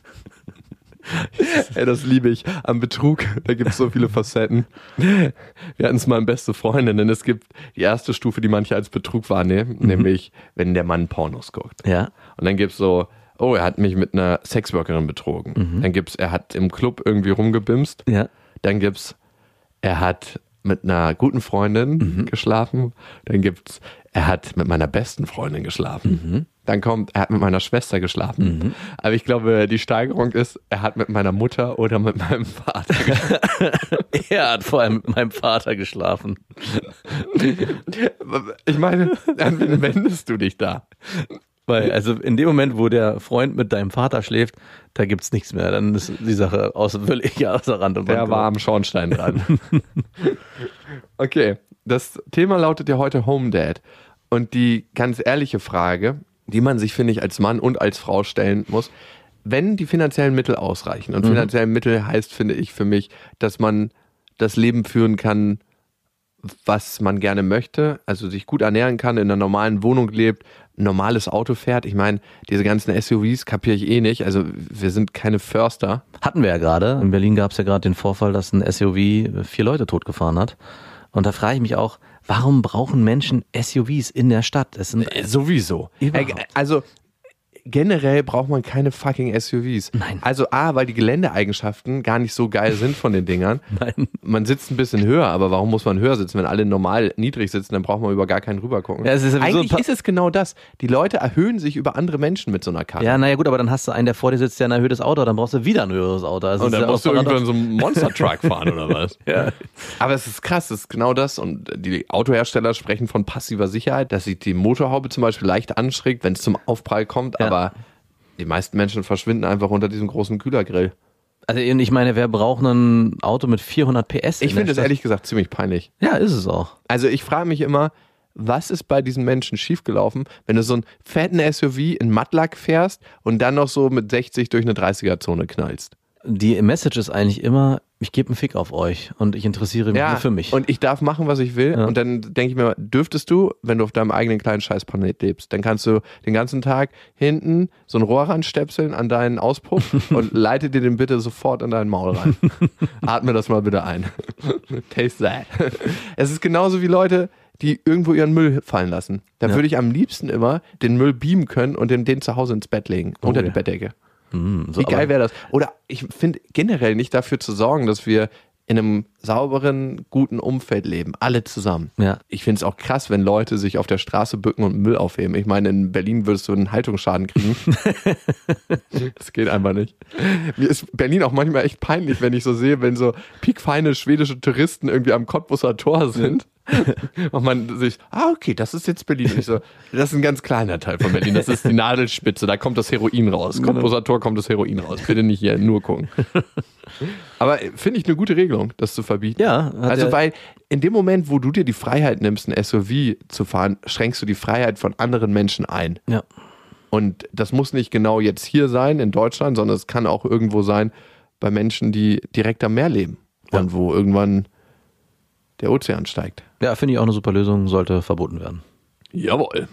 Ey, das liebe ich. Am Betrug, da gibt es so viele Facetten. Wir hatten es mal in Beste Freundinnen. Es gibt die erste Stufe, die manche als Betrug wahrnehmen, Mhm. nämlich, wenn der Mann Pornos guckt. Ja. Und dann gibt es so, oh, er hat mich mit einer Sexworkerin betrogen. Mhm. Dann gibt es, er hat im Club irgendwie rumgebimst. Ja. Dann gibt es, er hat mit einer guten Freundin Mhm. geschlafen. Dann gibt es, er hat mit meiner besten Freundin geschlafen. Mhm. Dann kommt, er hat mit meiner Schwester geschlafen. Aber ich glaube, die Steigerung ist, er hat mit meiner Mutter oder mit meinem Vater geschlafen. Er hat vor allem mit meinem Vater geschlafen. Ich meine, an wen wendest du dich da? Weil, also in dem Moment, wo der Freund mit deinem Vater schläft, da gibt's nichts mehr. Dann ist die Sache außer, völlig außer Rand und Band. Der war am Schornstein dran. Okay, das Thema lautet ja heute Home Dad. Und die ganz ehrliche Frage, die man sich, finde ich, als Mann und als Frau stellen muss, wenn die finanziellen Mittel ausreichen, und Mhm. finanziellen Mittel heißt, finde ich, für mich, dass man das Leben führen kann, was man gerne möchte, also sich gut ernähren kann, in einer normalen Wohnung lebt, ein normales Auto fährt. Ich meine, diese ganzen S U Vs kapiere ich eh nicht. Also wir sind keine Förster. Hatten wir ja gerade. In Berlin gab's ja gerade den Vorfall, dass ein S U V vier Leute totgefahren hat. Und da frage ich mich auch, warum brauchen Menschen S U Vs in der Stadt? Es sind Sowieso. Überhaupt. Also generell braucht man keine fucking S U Vs. Nein. Also A, weil die Geländeeigenschaften gar nicht so geil sind von den Dingern. Nein. Man sitzt ein bisschen höher, aber warum muss man höher sitzen? Wenn alle normal niedrig sitzen, dann braucht man über gar keinen rüber gucken. Ja, es ist ja Eigentlich so ist es genau das. Die Leute erhöhen sich über andere Menschen mit so einer Karte. Ja, naja gut, aber dann hast du einen, der vor dir sitzt, der ein erhöhtes Auto, dann brauchst du wieder ein höheres Auto. Also Und dann ist ja musst du auch irgendwann so einen Monster-Truck fahren oder was? Ja. Aber es ist krass, es ist genau das. Und die Autohersteller sprechen von passiver Sicherheit, dass sich die Motorhaube zum Beispiel leicht anschrägt, wenn es zum Aufprall kommt. Ja. Aber die meisten Menschen verschwinden einfach unter diesem großen Kühlergrill. Also ich meine, wer braucht ein Auto mit vierhundert P S? Ich finde das ehrlich gesagt ziemlich peinlich. Ja, ist es auch. Also ich frage mich immer, was ist bei diesen Menschen schiefgelaufen, wenn du so einen fetten S U V in Mattlack fährst und dann noch so mit sechzig durch eine dreißiger-Zone knallst? Die Message ist eigentlich immer, ich gebe einen Fick auf euch und ich interessiere mich nur für mich. Und ich darf machen, was ich will. Ja. Und dann denke ich mir, dürftest du, wenn du auf deinem eigenen kleinen Scheißplanet lebst, dann kannst du den ganzen Tag hinten so ein Rohr ranstöpseln an deinen Auspuff und leite dir den bitte sofort in dein Maul rein. Atme das mal bitte ein. Taste that. Es ist genauso wie Leute, die irgendwo ihren Müll fallen lassen. Da Ja. würde ich am liebsten immer den Müll beamen können und den, den zu Hause ins Bett legen, unter ja. die Bettdecke. Mm, so, Wie geil aber- wäre das? Oder ich finde generell nicht dafür zu sorgen, dass wir in einem sauberen, guten Umfeld leben. Alle zusammen. Ja. Ich finde es auch krass, wenn Leute sich auf der Straße bücken und Müll aufheben. Ich meine, in Berlin würdest du einen Haltungsschaden kriegen. Das geht einfach nicht. Mir ist Berlin auch manchmal echt peinlich, wenn ich so sehe, wenn so piekfeine schwedische Touristen irgendwie am Cottbusser Tor sind. Und man sich, ah, okay, das ist jetzt Berlin. Und ich so, das ist ein ganz kleiner Teil von Berlin. Das ist die Nadelspitze, da kommt das Heroin raus. Cottbusser Tor kommt das Heroin raus. Bitte nicht hier nur gucken. Aber finde ich eine gute Regelung, das zu verbieten. Ja, hat also er- weil in dem Moment, wo du dir die Freiheit nimmst, ein S U V zu fahren, schränkst du die Freiheit von anderen Menschen ein. Ja. Und das muss nicht genau jetzt hier sein in Deutschland, sondern es kann auch irgendwo sein bei Menschen, die direkt am Meer leben. Ja. Und wo irgendwann der Ozean steigt. Ja, finde ich auch eine super Lösung, sollte verboten werden. Jawohl.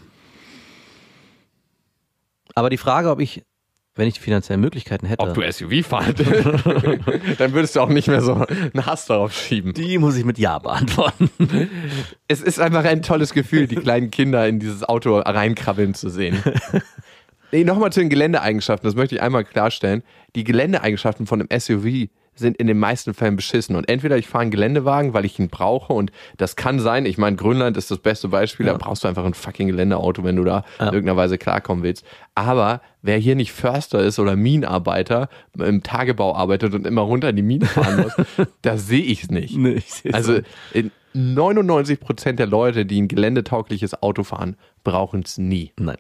Aber die Frage, ob ich, wenn ich die finanziellen Möglichkeiten hätte, Ob du S U V fahren, dann würdest du auch nicht mehr so einen Hass darauf schieben. die muss ich mit Ja beantworten. Es ist einfach ein tolles Gefühl, die kleinen Kinder in dieses Auto reinkrabbeln zu sehen. Nee, nochmal zu den Geländeeigenschaften, das möchte ich einmal klarstellen. Die Geländeeigenschaften von einem S U V sind in den meisten Fällen beschissen. Und entweder ich fahre einen Geländewagen, weil ich ihn brauche und das kann sein, ich meine, Grönland ist das beste Beispiel, Ja. da brauchst du einfach ein fucking Geländeauto, wenn du da Ja. in irgendeiner Weise klarkommen willst. Aber wer hier nicht Förster ist oder Minenarbeiter, im Tagebau arbeitet und immer runter in die Mine fahren muss, da sehe ich es nicht. Nee, ich seh's Also nicht. in neunundneunzig Prozent der Leute, die ein geländetaugliches Auto fahren, brauchen es nie. Nein.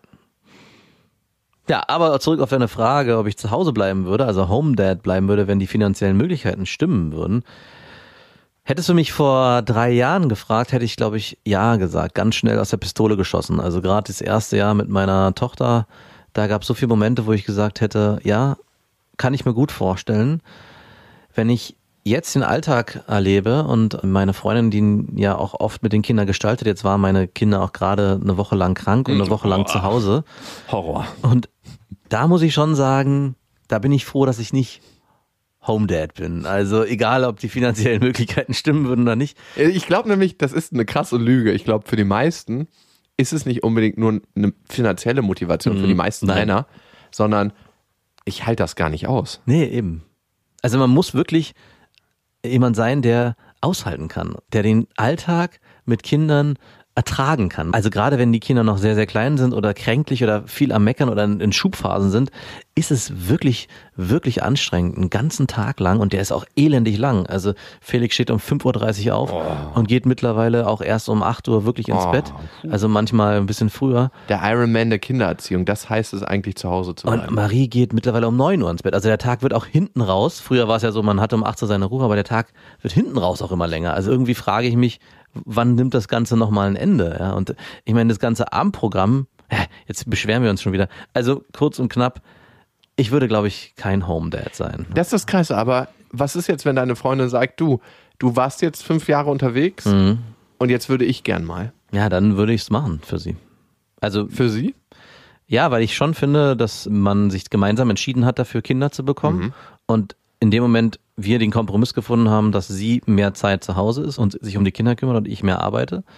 Ja, aber zurück auf deine Frage, ob ich zu Hause bleiben würde, also Home Dad bleiben würde, wenn die finanziellen Möglichkeiten stimmen würden. Hättest du mich vor drei Jahren gefragt, hätte ich, glaube ich, ja gesagt, ganz schnell aus der Pistole geschossen. Also gerade das erste Jahr mit meiner Tochter, da gab es so viele Momente, wo ich gesagt hätte, ja, kann ich mir gut vorstellen. Wenn ich jetzt den Alltag erlebe und meine Freundin, die ja auch oft mit den Kindern gestaltet, jetzt waren meine Kinder auch gerade eine Woche lang krank und eine Woche lang zu Hause. Horror. Und da muss ich schon sagen, da bin ich froh, dass ich nicht Home Dad bin. Also egal, ob die finanziellen Möglichkeiten stimmen würden oder nicht. Ich glaube nämlich, das ist eine krasse Lüge. Ich glaube, für die meisten ist es nicht unbedingt nur eine finanzielle Motivation für die meisten Nein. Männer, sondern ich halte das gar nicht aus. Nee, eben. Also man muss wirklich jemand sein, der aushalten kann, der den Alltag mit Kindern ertragen kann. Also gerade wenn die Kinder noch sehr, sehr klein sind oder kränklich oder viel am Meckern oder in Schubphasen sind, ist es wirklich, wirklich anstrengend, einen ganzen Tag lang, und der ist auch elendig lang. Also Felix steht um fünf Uhr dreißig auf und geht mittlerweile auch erst um acht Uhr wirklich ins Oh. Bett. Also manchmal ein bisschen früher. Der Iron Man der Kindererziehung, das heißt es eigentlich, zu Hause zu Und bleiben. Marie geht mittlerweile um neun Uhr ins Bett. Also der Tag wird auch hinten raus. Früher war es ja so, man hatte um acht Uhr seine Ruhe, aber der Tag wird hinten raus auch immer länger. Also irgendwie frage ich mich, wann nimmt das Ganze nochmal ein Ende? Ja, und ich meine, das ganze Abendprogramm, jetzt beschweren wir uns schon wieder. Also kurz und knapp, ich würde, glaube ich, kein Home Dad sein. Das ist das Krasse, aber was ist jetzt, wenn deine Freundin sagt, du, du warst jetzt fünf Jahre unterwegs Mhm. und jetzt würde ich gern mal. Ja, dann würde ich es machen für sie. Also Für sie? ja, weil ich schon finde, dass man sich gemeinsam entschieden hat, dafür Kinder zu bekommen. Und in dem Moment wir den Kompromiss gefunden haben, dass sie mehr Zeit zu Hause ist und sich um die Kinder kümmert und ich mehr arbeite.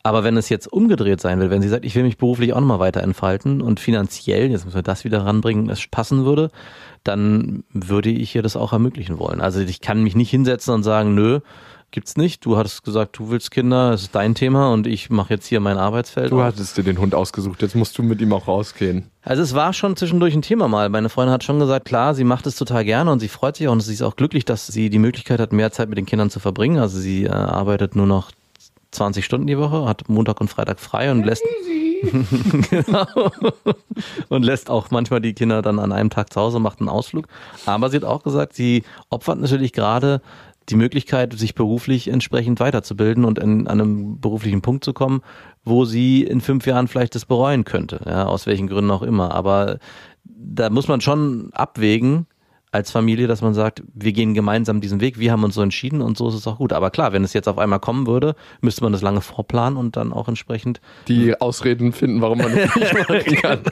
Aber wenn es jetzt umgedreht sein will, wenn sie sagt, ich will mich beruflich auch nochmal weiter entfalten und finanziell, jetzt müssen wir das wieder ranbringen, es passen würde, dann würde ich ihr das auch ermöglichen wollen. Also ich kann mich nicht hinsetzen und sagen, nö, gibt's nicht. Du hattest gesagt, du willst Kinder, es ist dein Thema und ich mache jetzt hier mein Arbeitsfeld. Du hattest dir den Hund ausgesucht, jetzt musst du mit ihm auch rausgehen. Also es war schon zwischendurch ein Thema mal. Meine Freundin hat schon gesagt, klar, sie macht es total gerne und sie freut sich auch und sie ist auch glücklich, dass sie die Möglichkeit hat, mehr Zeit mit den Kindern zu verbringen. Also sie äh, arbeitet nur noch zwanzig Stunden die Woche, hat Montag und Freitag frei und lässt genau. und lässt auch manchmal die Kinder dann an einem Tag zu Hause, macht einen Ausflug. Aber sie hat auch gesagt, sie opfert natürlich gerade die Möglichkeit, sich beruflich entsprechend weiterzubilden und in, an einem beruflichen Punkt zu kommen, wo sie in fünf Jahren vielleicht das bereuen könnte, ja, aus welchen Gründen auch immer. Aber da muss man schon abwägen als Familie, dass man sagt, wir gehen gemeinsam diesen Weg, wir haben uns so entschieden und so ist es auch gut. Aber klar, wenn es jetzt auf einmal kommen würde, müsste man das lange vorplanen und dann auch entsprechend die Ausreden finden, warum man das nicht machen kann.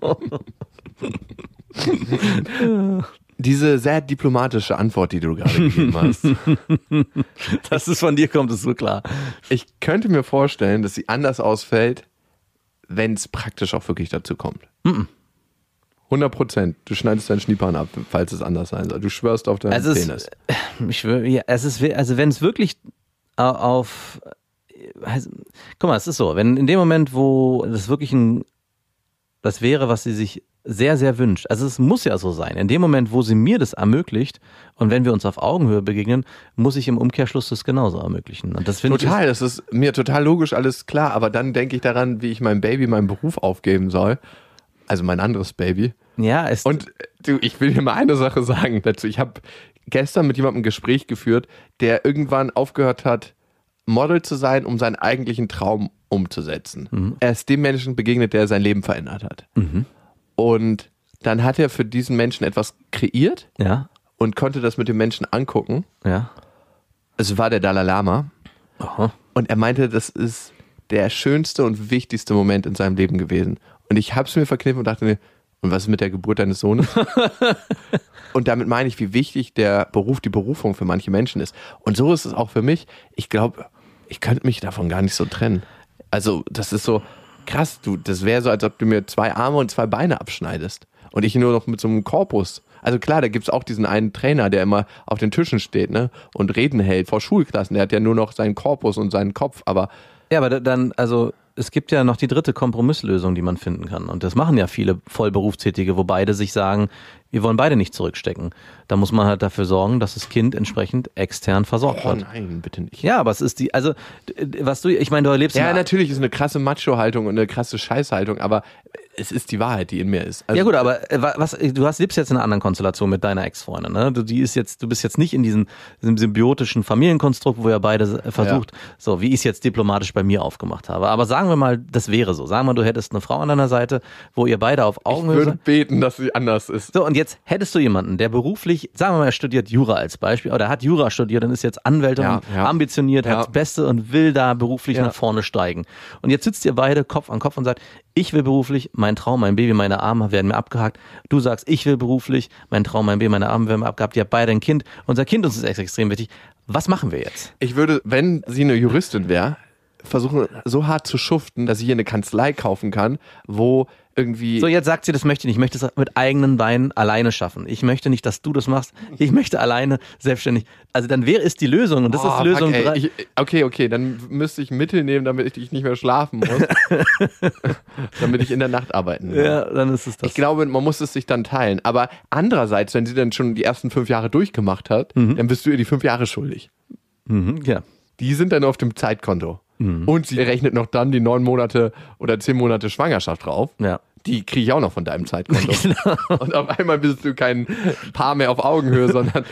Diese sehr diplomatische Antwort, die du gerade gegeben hast. Dass es von dir kommt, ist so klar. Ich könnte mir vorstellen, dass sie anders ausfällt, wenn es praktisch auch wirklich dazu kommt. Mhm. hundert Prozent. Du schneidest deinen Schniepern ab, falls es anders sein soll. Du schwörst auf deinen also Penis. Es, ich schwör, ja, es ist, also wenn es wirklich auf, also, guck mal, es ist so, wenn in dem Moment, wo das wirklich ein, das wäre, was sie sich sehr, sehr wünscht. Also es muss ja so sein. In dem Moment, wo sie mir das ermöglicht und wenn wir uns auf Augenhöhe begegnen, muss ich im Umkehrschluss das genauso ermöglichen. Und das finde ich total, das ist mir total logisch, alles klar. Aber dann denke ich daran, wie ich meinem Baby meinen Beruf aufgeben soll. Also mein anderes Baby. Ja, es Und du, ich will dir mal eine Sache sagen dazu. Ich habe gestern mit jemandem ein Gespräch geführt, der irgendwann aufgehört hat, Model zu sein, um seinen eigentlichen Traum umzusetzen. Mhm. Er ist dem Menschen begegnet, der sein Leben verändert hat. Mhm. Und dann hat er für diesen Menschen etwas kreiert ja. und konnte das mit dem Menschen angucken. Ja. Es war der Dalai Lama. Aha. Und er meinte, das ist der schönste und wichtigste Moment in seinem Leben gewesen. Und ich habe es mir verkniffen und dachte mir, und was ist mit der Geburt deines Sohnes? Und damit meine ich, wie wichtig der Beruf, die Berufung für manche Menschen ist. Und so ist es auch für mich. Ich glaube, ich könnte mich davon gar nicht so trennen. Also das ist so krass. Du, das wäre so, als ob du mir zwei Arme und zwei Beine abschneidest. Und ich nur noch mit so einem Korpus. Also klar, da gibt es auch diesen einen Trainer, der immer auf den Tischen steht, ne, und Reden hält vor Schulklassen. Der hat ja nur noch seinen Korpus und seinen Kopf. Aber ja, aber dann, also es gibt ja noch die dritte Kompromisslösung, die man finden kann. Und das machen ja viele Vollberufstätige, wo beide sich sagen, wir wollen beide nicht zurückstecken. Da muss man halt dafür sorgen, dass das Kind entsprechend extern versorgt oh wird. nein, bitte nicht. Ja, aber es ist die, also was du, ich meine, du erlebst ja, in natürlich ist eine krasse Macho-Haltung und eine krasse Scheißhaltung, aber es ist die Wahrheit, die in mir ist. Also ja gut, aber was, du hast, lebst jetzt in einer anderen Konstellation mit deiner Ex-Freundin, ne? Du, die ist jetzt, du bist jetzt nicht in diesem, diesem symbiotischen Familienkonstrukt, wo ihr beide versucht, ja. so wie ich es jetzt diplomatisch bei mir aufgemacht habe. Aber sagen wir mal, das wäre so. Sagen wir, du hättest eine Frau an deiner Seite, wo ihr beide auf Augenhöhe Ich würde beten, dass sie anders ist. So, und jetzt hättest du jemanden, der beruflich, sagen wir mal, er studiert Jura als Beispiel, oder hat Jura studiert und ist jetzt Anwältin ja, und ja. ambitioniert, ja. hat das Beste und will da beruflich ja. nach vorne steigen. Und jetzt sitzt ihr beide Kopf an Kopf und sagt, ich will beruflich, mein Traum, mein Baby, meine Arme werden mir abgehakt. Du sagst, ich will beruflich, mein Traum, mein Baby, meine Arme werden mir abgehakt. Ihr habt beide ein Kind. Unser Kind uns ist extrem wichtig. Was machen wir jetzt? Ich würde, wenn sie eine Juristin wäre, versuchen, so hart zu schuften, dass ich hier eine Kanzlei kaufen kann, wo irgendwie... So, jetzt sagt sie, das möchte ich nicht. Ich möchte es mit eigenen Beinen alleine schaffen. Ich möchte nicht, dass du das machst. Ich möchte alleine selbstständig. Also dann wäre es die Lösung und das oh, ist die Lösung. Fuck, ey, drei. ich, okay, okay, dann müsste ich Mittel nehmen, damit ich nicht mehr schlafen muss. Damit ich in der Nacht arbeiten kann. Ja, dann ist es das. Ich glaube, man muss es sich dann teilen. Aber andererseits, wenn sie dann schon die ersten fünf Jahre durchgemacht hat, mhm. dann bist du ihr die fünf Jahre schuldig. Mhm, ja. Die sind dann auf dem Zeitkonto. Mhm. Und sie rechnet noch dann die neun Monate oder zehn Monate Schwangerschaft drauf. Ja. Die kriege ich auch noch von deinem Zeitkonto. Genau. Und auf einmal bist du kein Paar mehr auf Augenhöhe, sondern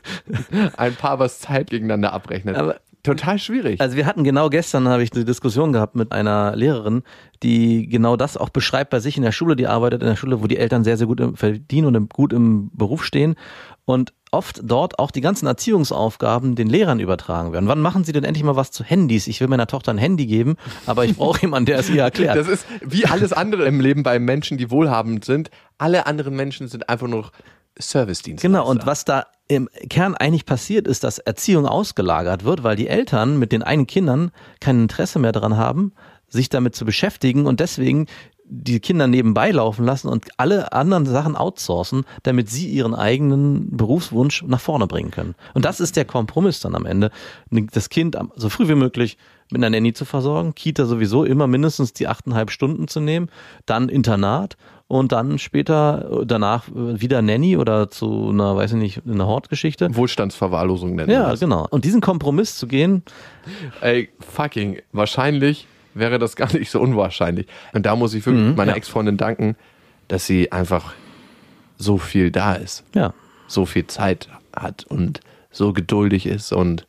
ein Paar, was Zeit gegeneinander abrechnet. Aber total schwierig. Also wir hatten genau gestern, habe ich eine Diskussion gehabt mit einer Lehrerin, die genau das auch beschreibt bei sich in der Schule. Die arbeitet in der Schule, wo die Eltern sehr, sehr gut verdienen und gut im Beruf stehen. Und oft dort auch die ganzen Erziehungsaufgaben den Lehrern übertragen werden. Wann machen sie denn endlich mal was zu Handys? Ich will meiner Tochter ein Handy geben, aber ich brauche jemanden, der es ihr erklärt. Das ist wie alles andere im Leben bei Menschen, die wohlhabend sind. Alle anderen Menschen sind einfach nur Servicedienstleister. Genau, und was da im Kern eigentlich passiert ist, dass Erziehung ausgelagert wird, weil die Eltern mit den eigenen Kindern kein Interesse mehr daran haben, sich damit zu beschäftigen und deswegen die Kinder nebenbei laufen lassen und alle anderen Sachen outsourcen, damit sie ihren eigenen Berufswunsch nach vorne bringen können. Und das ist der Kompromiss dann am Ende, das Kind so früh wie möglich mit einer Nanny zu versorgen, Kita sowieso immer mindestens die achteinhalb Stunden zu nehmen, dann Internat und dann später danach wieder Nanny oder zu einer, weiß ich nicht, einer Hortgeschichte. Wohlstandsverwahrlosung nennen wir Ja, das. genau. Und diesen Kompromiss zu gehen, Ey, fucking, wahrscheinlich wäre das gar nicht so unwahrscheinlich. Und da muss ich wirklich Mhm, meiner ja. Ex-Freundin danken, dass sie einfach so viel da ist, ja, so viel Zeit hat und so geduldig ist und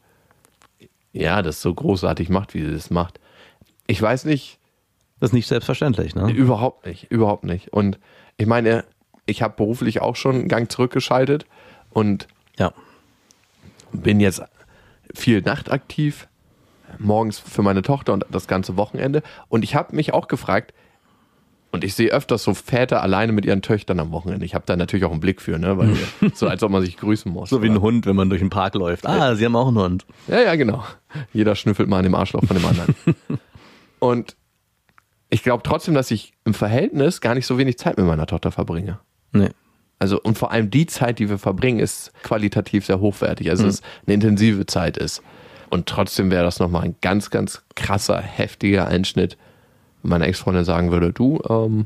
ja, das so großartig macht, wie sie das macht. Ich weiß nicht, das ist nicht selbstverständlich, ne? überhaupt nicht, überhaupt nicht. Und ich meine, ich habe beruflich auch schon einen Gang zurückgeschaltet und Ja. bin jetzt viel nachtaktiv, morgens für meine Tochter und das ganze Wochenende. Und ich habe mich auch gefragt, und ich sehe öfters so Väter alleine mit ihren Töchtern am Wochenende. Ich habe da natürlich auch einen Blick für, ne? Weil so als ob man sich grüßen muss. So wie oder? ein Hund, wenn man durch den Park läuft. Ah, sie haben auch einen Hund. Ja, ja, genau. Jeder schnüffelt mal an dem Arschloch von dem anderen. Und ich glaube trotzdem, dass ich im Verhältnis gar nicht so wenig Zeit mit meiner Tochter verbringe. Nee. Also, und vor allem die Zeit, die wir verbringen, ist qualitativ sehr hochwertig. Also, es ist eine intensive Zeit ist. Und trotzdem wäre das nochmal ein ganz, ganz krasser, heftiger Einschnitt, wenn meine Ex-Freundin sagen würde, du, ähm,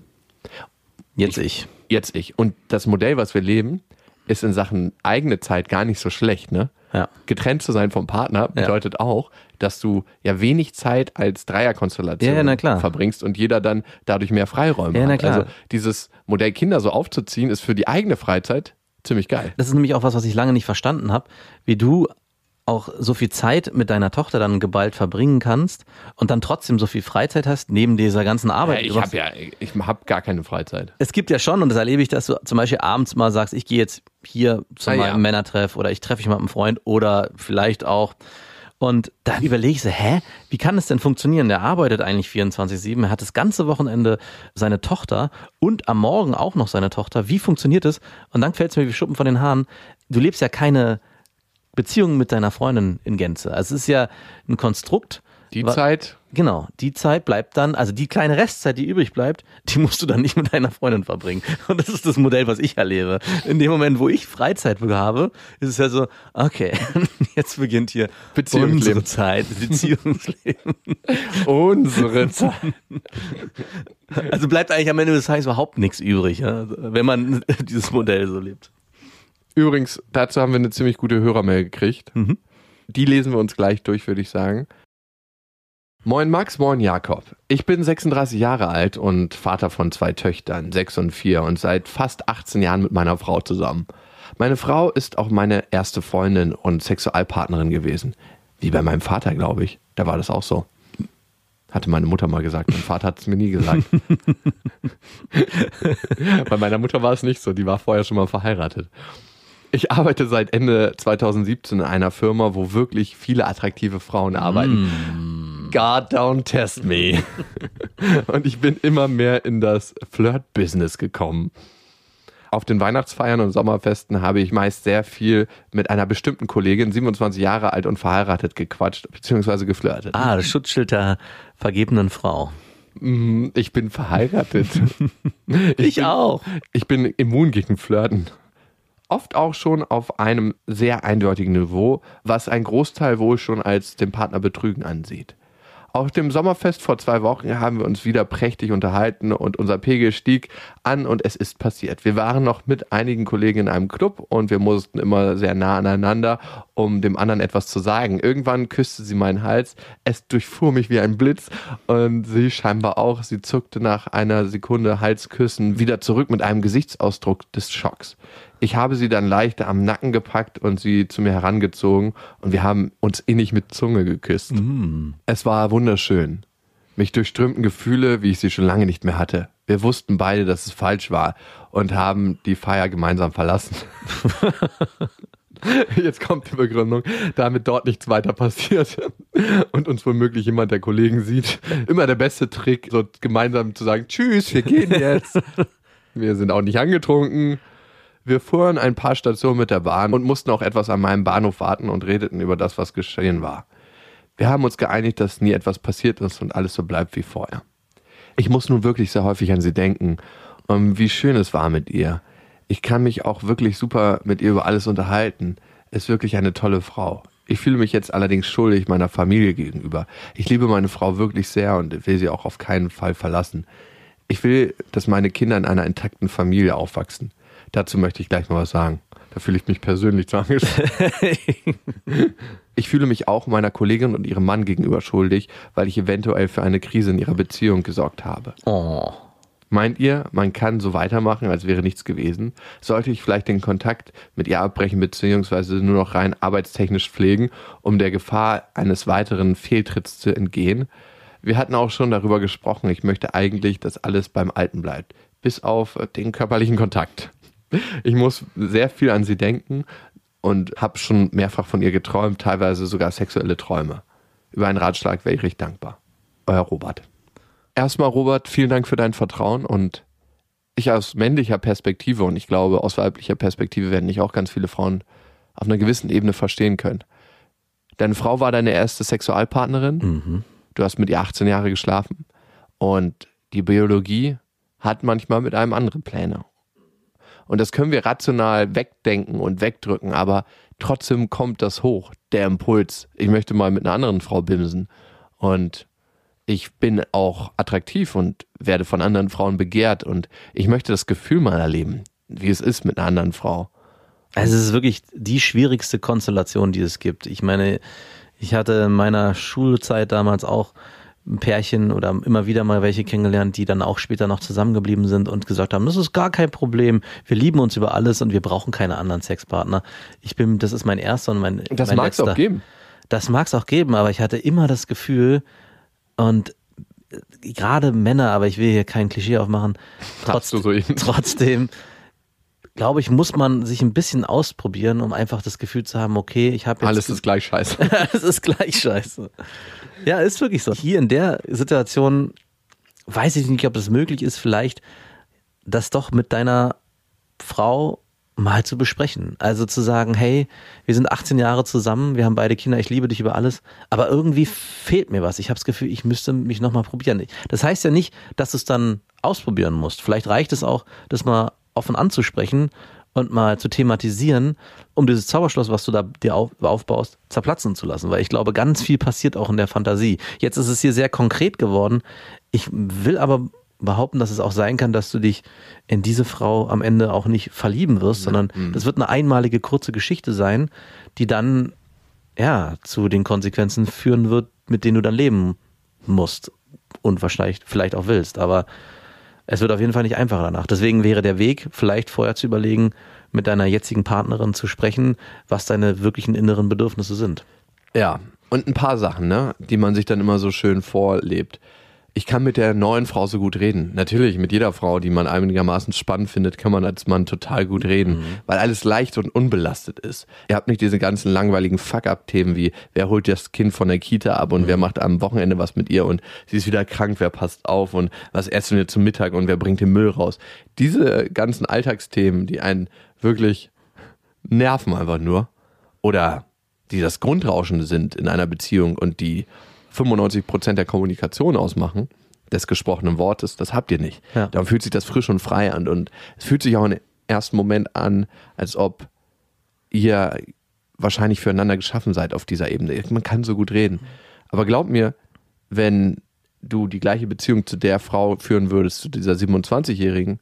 Jetzt ich. jetzt ich. Und das Modell, was wir leben, ist in Sachen eigene Zeit gar nicht so schlecht, ne? Ja. Getrennt zu sein vom Partner bedeutet auch, dass du ja wenig Zeit als Dreierkonstellation Ja, ja, na klar. verbringst und jeder dann dadurch mehr Freiräume Ja, na hat. klar. Also dieses Modell Kinder so aufzuziehen, ist für die eigene Freizeit ziemlich geil. Das ist nämlich auch was, was ich lange nicht verstanden habe, wie du auch so viel Zeit mit deiner Tochter dann geballt verbringen kannst und dann trotzdem so viel Freizeit hast, neben dieser ganzen Arbeit. Ja, ich Du habe ja, ich habe gar keine Freizeit. Es gibt ja schon, und das erlebe ich, dass du zum Beispiel abends mal sagst, ich gehe jetzt hier zu Ah, meinem ja. Männertreff oder ich treffe mich mit einem Freund oder vielleicht auch. Und dann überlege ich so, hä, wie kann es denn funktionieren? Der arbeitet eigentlich vierundzwanzig sieben, er hat das ganze Wochenende seine Tochter und am Morgen auch noch seine Tochter. Wie funktioniert es? Und dann fällt es mir wie Schuppen von den Haaren. Du lebst ja keine Beziehung mit deiner Freundin in Gänze. Also es ist ja ein Konstrukt. Die Wa- Zeit, Genau, die Zeit bleibt dann, also die kleine Restzeit, die übrig bleibt, die musst du dann nicht mit deiner Freundin verbringen. Und das ist das Modell, was ich erlebe. In dem Moment, wo ich Freizeit habe, ist es ja so, okay, jetzt beginnt hier Beziehungsleben. unsere Zeit, Beziehungsleben. unsere Zeit. Also bleibt eigentlich am Ende des Tages überhaupt nichts übrig, ja, wenn man dieses Modell so lebt. Übrigens, dazu haben wir eine ziemlich gute Hörermail gekriegt. Mhm. Die lesen wir uns gleich durch, würde ich sagen. Moin Max, moin Jakob. Ich bin sechsunddreißig Jahre alt und Vater von zwei Töchtern, sechs und vier, und seit fast achtzehn Jahren mit meiner Frau zusammen. Meine Frau ist auch meine erste Freundin und Sexualpartnerin gewesen. Wie bei meinem Vater, glaube ich. Da war das auch so. Hatte meine Mutter mal gesagt. Mein Vater hat es mir nie gesagt. Bei meiner Mutter war es nicht so. Die war vorher schon mal verheiratet. Ich arbeite seit Ende zweitausendsiebzehn in einer Firma, wo wirklich viele attraktive Frauen arbeiten. God don't test me. Und ich bin immer mehr in das Flirt-Business gekommen. Auf den Weihnachtsfeiern und Sommerfesten habe ich meist sehr viel mit einer bestimmten Kollegin, siebenundzwanzig Jahre alt und verheiratet, gequatscht bzw. geflirtet. Ah, das Schutzschild der vergebenen Frau. Ich bin verheiratet. Ich bin, auch. Ich bin immun gegen Flirten. Oft auch schon auf einem sehr eindeutigen Niveau, was ein Großteil wohl schon als den Partner betrügen ansieht. Auf dem Sommerfest vor zwei Wochen haben wir uns wieder prächtig unterhalten und unser Pegel stieg an und es ist passiert. Wir waren noch mit einigen Kollegen in einem Club und wir mussten immer sehr nah aneinander, um dem anderen etwas zu sagen. Irgendwann küsste sie meinen Hals, es durchfuhr mich wie ein Blitz und sie scheinbar auch. Sie zuckte nach einer Sekunde Halsküssen wieder zurück mit einem Gesichtsausdruck des Schocks. Ich habe sie dann leicht am Nacken gepackt und sie zu mir herangezogen und wir haben uns innig mit Zunge geküsst. Mm. Es war wunderschön. Mich durchströmten Gefühle, wie ich sie schon lange nicht mehr hatte. Wir wussten beide, dass es falsch war und haben die Feier gemeinsam verlassen. Jetzt kommt die Begründung, damit dort nichts weiter passiert und uns womöglich jemand der Kollegen sieht. Immer der beste Trick, so gemeinsam zu sagen, tschüss, wir gehen jetzt. Wir sind auch nicht angetrunken. Wir fuhren ein paar Stationen mit der Bahn und mussten auch etwas an meinem Bahnhof warten und redeten über das, was geschehen war. Wir haben uns geeinigt, dass nie etwas passiert ist und alles so bleibt wie vorher. Ich muss nun wirklich sehr häufig an sie denken, um wie schön es war mit ihr. Ich kann mich auch wirklich super mit ihr über alles unterhalten. Ist wirklich eine tolle Frau. Ich fühle mich jetzt allerdings schuldig meiner Familie gegenüber. Ich liebe meine Frau wirklich sehr und will sie auch auf keinen Fall verlassen. Ich will, dass meine Kinder in einer intakten Familie aufwachsen. Dazu möchte ich gleich mal was sagen. Da fühle ich mich persönlich zu angesprochen. Ich fühle mich auch meiner Kollegin und ihrem Mann gegenüber schuldig, weil ich eventuell für eine Krise in ihrer Beziehung gesorgt habe. Oh. Meint ihr, man kann so weitermachen, als wäre nichts gewesen? Sollte ich vielleicht den Kontakt mit ihr abbrechen bzw. nur noch rein arbeitstechnisch pflegen, um der Gefahr eines weiteren Fehltritts zu entgehen? Wir hatten auch schon darüber gesprochen. Ich möchte eigentlich, dass alles beim Alten bleibt, bis auf den körperlichen Kontakt. Ich muss sehr viel an sie denken und habe schon mehrfach von ihr geträumt, teilweise sogar sexuelle Träume. Über einen Ratschlag wäre ich recht dankbar. Euer Robert. Erstmal, Robert, vielen Dank für dein Vertrauen und ich aus männlicher Perspektive und ich glaube, aus weiblicher Perspektive werden dich auch ganz viele Frauen auf einer gewissen Ebene verstehen können. Deine Frau war deine erste Sexualpartnerin. Mhm. Du hast mit ihr achtzehn Jahre geschlafen und die Biologie hat manchmal mit einem andere Pläne. Und das können wir rational wegdenken und wegdrücken, aber trotzdem kommt das hoch, der Impuls. Ich möchte mal mit einer anderen Frau bimsen. Und ich bin auch attraktiv und werde von anderen Frauen begehrt. Und ich möchte das Gefühl mal erleben, wie es ist mit einer anderen Frau. Also es ist wirklich die schwierigste Konstellation, die es gibt. Ich meine, ich hatte in meiner Schulzeit damals auch ein Pärchen oder immer wieder mal welche kennengelernt, die dann auch später noch zusammengeblieben sind und gesagt haben, das ist gar kein Problem, wir lieben uns über alles und wir brauchen keine anderen Sexpartner. Ich bin, das ist mein erster und mein Das mein mag es auch geben. Das mag es auch geben, aber ich hatte immer das Gefühl und gerade Männer, aber ich will hier kein Klischee aufmachen, trotz, du so eben. trotzdem glaube ich, muss man sich ein bisschen ausprobieren, um einfach das Gefühl zu haben, okay, ich habe jetzt... Alles ist gleich scheiße. Alles ist gleich scheiße. Ja, ist wirklich so. Hier in der Situation weiß ich nicht, ob es möglich ist, vielleicht das doch mit deiner Frau mal zu besprechen. Also zu sagen, hey, wir sind achtzehn Jahre zusammen, wir haben beide Kinder, ich liebe dich über alles, aber irgendwie fehlt mir was. Ich habe das Gefühl, ich müsste mich nochmal probieren. Das heißt ja nicht, dass du es dann ausprobieren musst. Vielleicht reicht es auch, das mal offen anzusprechen und mal zu thematisieren, um dieses Zauberschloss, was du da dir auf, aufbaust, zerplatzen zu lassen. Weil ich glaube, ganz viel passiert auch in der Fantasie. Jetzt ist es hier sehr konkret geworden. Ich will aber behaupten, dass es auch sein kann, dass du dich in diese Frau am Ende auch nicht verlieben wirst, sondern das wird eine einmalige kurze Geschichte sein, die dann ja zu den Konsequenzen führen wird, mit denen du dann leben musst und wahrscheinlich vielleicht auch willst. Aber es wird auf jeden Fall nicht einfacher danach. Deswegen wäre der Weg, vielleicht vorher zu überlegen, mit deiner jetzigen Partnerin zu sprechen, was deine wirklichen inneren Bedürfnisse sind. Ja, und ein paar Sachen, ne, die man sich dann immer so schön vorlebt. Ich kann mit der neuen Frau so gut reden. Natürlich, mit jeder Frau, die man einigermaßen spannend findet, kann man als Mann total gut reden, mhm. weil alles leicht und unbelastet ist. Ihr habt nicht diese ganzen langweiligen Fuck-up-Themen wie, wer holt das Kind von der Kita ab und mhm. wer macht am Wochenende was mit ihr und sie ist wieder krank, wer passt auf und was essen wir zum Mittag und wer bringt den Müll raus. Diese ganzen Alltagsthemen, die einen wirklich nerven einfach nur oder die das Grundrauschen sind in einer Beziehung und die fünfundneunzig Prozent der Kommunikation ausmachen, des gesprochenen Wortes, das habt ihr nicht. Ja. Dann fühlt sich das frisch und frei an und es fühlt sich auch im ersten Moment an, als ob ihr wahrscheinlich füreinander geschaffen seid auf dieser Ebene. Man kann so gut reden. Aber glaub mir, wenn du die gleiche Beziehung zu der Frau führen würdest, zu dieser siebenundzwanzigjährigen,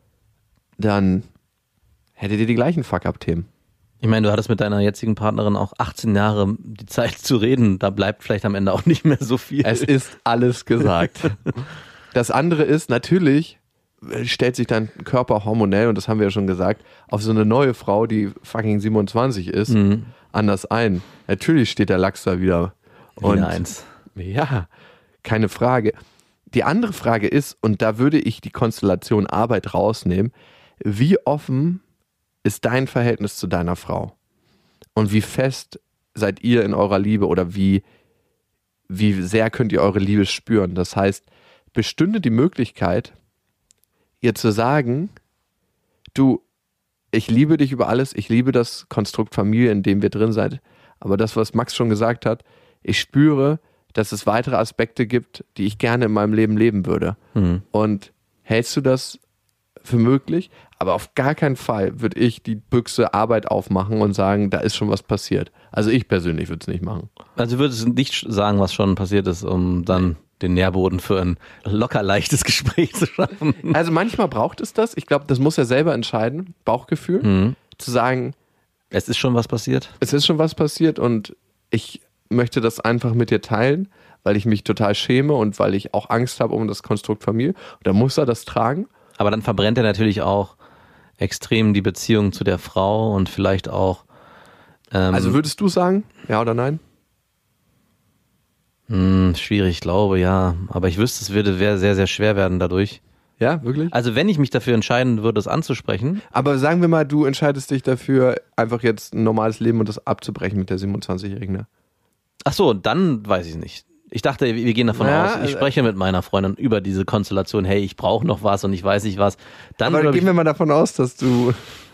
dann hättet ihr die gleichen Fuck-up-Themen. Ich meine, du hattest mit deiner jetzigen Partnerin auch achtzehn Jahre die Zeit zu reden. Da bleibt vielleicht am Ende auch nicht mehr so viel. Es ist alles gesagt. Das andere ist, natürlich stellt sich dein Körper hormonell, und das haben wir ja schon gesagt, auf so eine neue Frau, die fucking siebenundzwanzig ist, mhm. anders ein. Natürlich steht der Lachs da wieder. Und eins. Ja, keine Frage. Die andere Frage ist, und da würde ich die Konstellation Arbeit rausnehmen, wie offen ist dein Verhältnis zu deiner Frau? Und wie fest seid ihr in eurer Liebe oder wie, wie sehr könnt ihr eure Liebe spüren? Das heißt, bestünde die Möglichkeit, ihr zu sagen, du, ich liebe dich über alles, ich liebe das Konstrukt Familie, in dem wir drin sind, aber das, was Max schon gesagt hat, ich spüre, dass es weitere Aspekte gibt, die ich gerne in meinem Leben leben würde. Mhm. Und hältst du das für möglich? Aber auf gar keinen Fall würde ich die Büchse Arbeit aufmachen und sagen, da ist schon was passiert. Also ich persönlich würde es nicht machen. Also du würdest nicht sagen, was schon passiert ist, um dann den Nährboden für ein locker leichtes Gespräch zu schaffen. Also manchmal braucht es das. Ich glaube, das muss er selber entscheiden. Bauchgefühl. Mhm. Zu sagen, Es ist schon was passiert. es ist schon was passiert und ich möchte das einfach mit dir teilen, weil ich mich total schäme und weil ich auch Angst habe um das Konstrukt Familie. Und da muss er das tragen. Aber dann verbrennt er natürlich auch extrem die Beziehung zu der Frau und vielleicht auch. Ähm, Also würdest du sagen, ja oder nein? mh, schwierig, ich glaube, ja. Aber ich wüsste, es würde sehr, sehr, sehr schwer werden dadurch. Ja, wirklich? Also wenn ich mich dafür entscheiden würde, es anzusprechen. Aber sagen wir mal, du entscheidest dich dafür, einfach jetzt ein normales Leben und das abzubrechen mit der siebenundzwanzigjährigen. Ne? Ach so, dann weiß ich nicht. Ich dachte, wir gehen davon Ja, aus, ich also- spreche mit meiner Freundin über diese Konstellation, hey, ich brauche noch was und ich weiß nicht was. Dann Aber glaub gehen ich, wir mal davon aus, dass du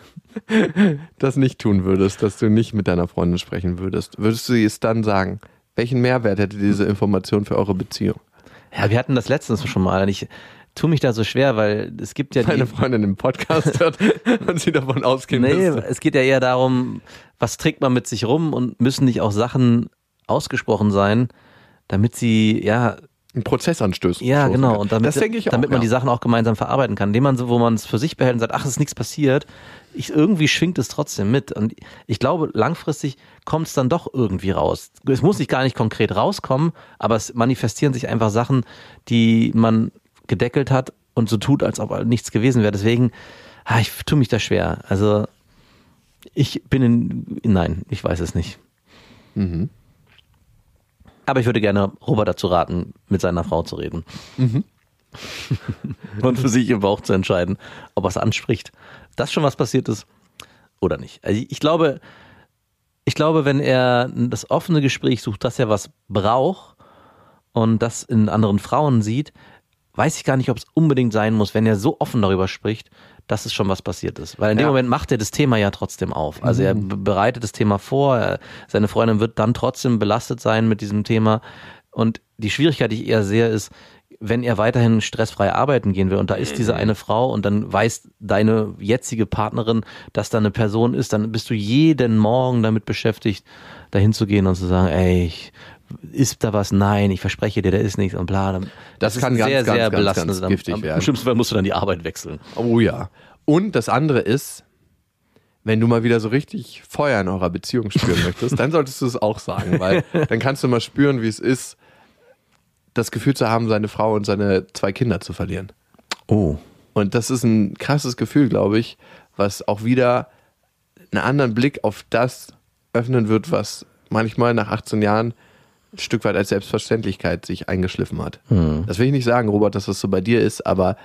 das nicht tun würdest, dass du nicht mit deiner Freundin sprechen würdest. Würdest du es dann sagen? Welchen Mehrwert hätte diese Information für eure Beziehung? ja, wir hatten das letztens schon mal. Ich tue mich da so schwer, weil es gibt ja die, Deine Freundin im Podcast hört und sie davon ausgehen nee, dass- es geht ja eher darum, was trägt man mit sich rum und müssen nicht auch Sachen ausgesprochen sein, damit sie, ja, einen Prozess anstößt. ja, genau, und damit, das denke ich auch, damit man ja. die Sachen auch gemeinsam verarbeiten kann, indem man so, wo man es für sich behält und sagt, ach, es ist nichts passiert, ich, irgendwie schwingt es trotzdem mit und ich glaube, langfristig kommt es dann doch irgendwie raus. Es muss nicht gar nicht konkret rauskommen, aber es manifestieren sich einfach Sachen, die man gedeckelt hat und so tut, als ob nichts gewesen wäre. Deswegen, ah, ich tue mich da schwer. Also ich bin in, nein, ich weiß es nicht. Mhm. Aber ich würde gerne Robert dazu raten, mit seiner Frau zu reden. Mhm. Und für sich im Bauch zu entscheiden, ob er es anspricht, dass schon was passiert ist oder nicht. Also ich glaube, ich glaube, wenn er das offene Gespräch sucht, dass er was braucht und das in anderen Frauen sieht, weiß ich gar nicht, ob es unbedingt sein muss, wenn er so offen darüber spricht, dass es schon was passiert ist. Weil in dem Ja. Moment macht er das Thema ja trotzdem auf. Also er be- bereitet das Thema vor, er, seine Freundin wird dann trotzdem belastet sein mit diesem Thema. Und die Schwierigkeit, die ich eher sehe, ist, wenn er weiterhin stressfrei arbeiten gehen will und da ist diese eine Frau und dann weiß deine jetzige Partnerin, dass da eine Person ist, dann bist du jeden Morgen damit beschäftigt, dahin zu gehen und zu sagen, ey, ich, ist da was? Nein, ich verspreche dir, da ist nichts und bla. Das ist kann ganz, sehr, ganz, sehr ganz, belastend. ganz Am- giftig am, werden. Im schlimmsten Fall musst du dann die Arbeit wechseln. Oh ja. Und das andere ist, wenn du mal wieder so richtig Feuer in eurer Beziehung spüren möchtest, dann solltest du es auch sagen, weil dann kannst du mal spüren, wie es ist, das Gefühl zu haben, seine Frau und seine zwei Kinder zu verlieren. Oh. Und das ist ein krasses Gefühl, glaube ich, was auch wieder einen anderen Blick auf das öffnen wird, was manchmal nach achtzehn Jahren ein Stück weit als Selbstverständlichkeit sich eingeschliffen hat. Hm. Das will ich nicht sagen, Robert, dass das so bei dir ist, aber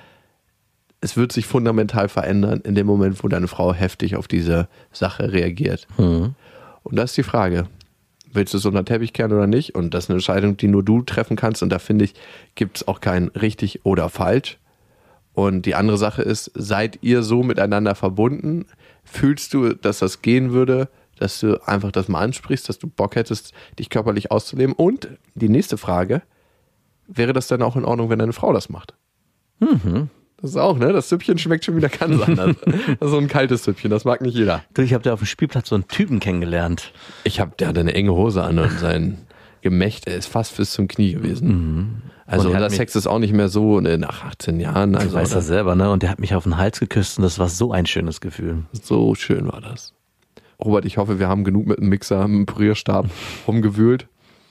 es wird sich fundamental verändern in dem Moment, wo deine Frau heftig auf diese Sache reagiert. Hm. Und das ist die Frage. Willst du es unter den Teppich kehren oder nicht? Und das ist eine Entscheidung, die nur du treffen kannst. Und da finde ich, gibt es auch kein richtig oder falsch. Und die andere Sache ist, seid ihr so miteinander verbunden? Fühlst du, dass das gehen würde, dass du einfach das mal ansprichst, dass du Bock hättest, dich körperlich auszuleben? Und die nächste Frage, wäre das dann auch in Ordnung, wenn deine Frau das macht? Mhm. Das ist auch, ne? Das Süppchen schmeckt schon wieder ganz anders. Das ist so ein kaltes Süppchen, das mag nicht jeder. Du, ich habe da auf dem Spielplatz so einen Typen kennengelernt. Ich hab, der hatte eine enge Hose an und sein Gemächt, er ist fast bis zum Knie gewesen. Also Und er hat unser mich- Sex ist auch nicht mehr so ne, nach achtzehn Jahren. Du Also weißt das selber, ne? Und der hat mich auf den Hals geküsst und das war so ein schönes Gefühl. so schön war das. Robert, ich hoffe, wir haben genug mit dem Mixer, mit dem Pürierstab rumgewühlt.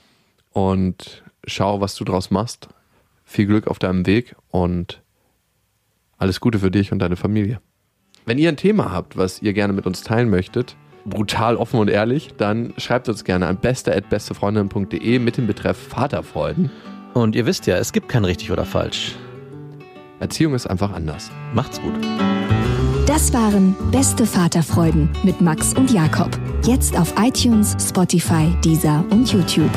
Und schau, was du draus machst. Viel Glück auf deinem Weg und alles Gute für dich und deine Familie. Wenn ihr ein Thema habt, was ihr gerne mit uns teilen möchtet, brutal offen und ehrlich, dann schreibt uns gerne an beste at bestefreundin punkt de mit dem Betreff Vaterfreuden. Und ihr wisst ja, es gibt kein richtig oder falsch. Erziehung ist einfach anders. Macht's gut. Das waren Beste Vaterfreuden mit Max und Jakob. Jetzt auf iTunes, Spotify, Deezer und YouTube.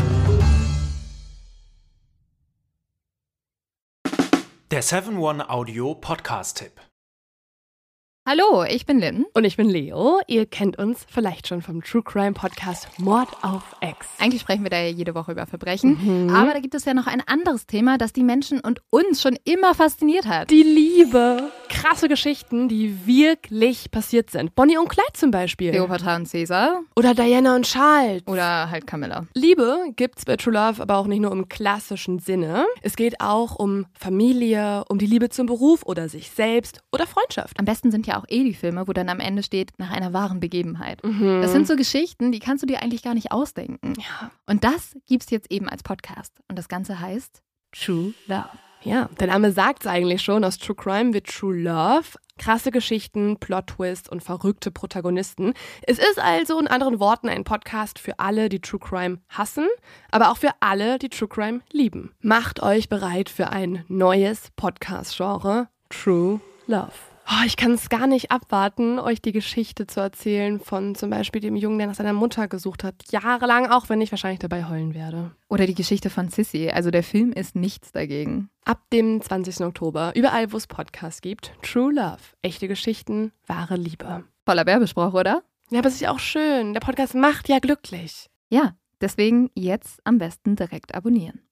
Der seven one Audio Podcast-Tipp. Hallo, ich bin Lynn. Und ich bin Leo. Ihr kennt uns vielleicht schon vom True Crime Podcast Mord auf Ex. Eigentlich sprechen wir da ja jede Woche über Verbrechen. Mhm. Aber da gibt es ja noch ein anderes Thema, das die Menschen und uns schon immer fasziniert hat. Die Liebe. Krasse Geschichten, die wirklich passiert sind. Bonnie und Clyde zum Beispiel. Cleopatra und Caesar. Oder Diana und Charles. Oder halt Camilla. Liebe gibt's bei True Love aber auch nicht nur im klassischen Sinne. Es geht auch um Familie, um die Liebe zum Beruf oder sich selbst oder Freundschaft. Am besten sind ja auch eh die Filme, wo dann am Ende steht, nach einer wahren Begebenheit. Mhm. Das sind so Geschichten, die kannst du dir eigentlich gar nicht ausdenken. Ja. Und das gibt's jetzt eben als Podcast. Und das Ganze heißt True Love. Ja, der Name sagt's eigentlich schon, aus True Crime wird True Love. Krasse Geschichten, Plot-Twists und verrückte Protagonisten. Es ist also in anderen Worten ein Podcast für alle, die True Crime hassen, aber auch für alle, die True Crime lieben. Macht euch bereit für ein neues Podcast-Genre, True Love. Oh, ich kann es gar nicht abwarten, euch die Geschichte zu erzählen von zum Beispiel dem Jungen, der nach seiner Mutter gesucht hat. Jahrelang, auch wenn ich wahrscheinlich dabei heulen werde. Oder die Geschichte von Sissy. Also der Film ist nichts dagegen. Ab dem zwanzigsten Oktober, überall wo es Podcasts gibt, True Love. Echte Geschichten, wahre Liebe. Voller Werbespruch, oder? Ja, aber es ist ja auch schön. Der Podcast macht ja glücklich. Ja, deswegen jetzt am besten direkt abonnieren.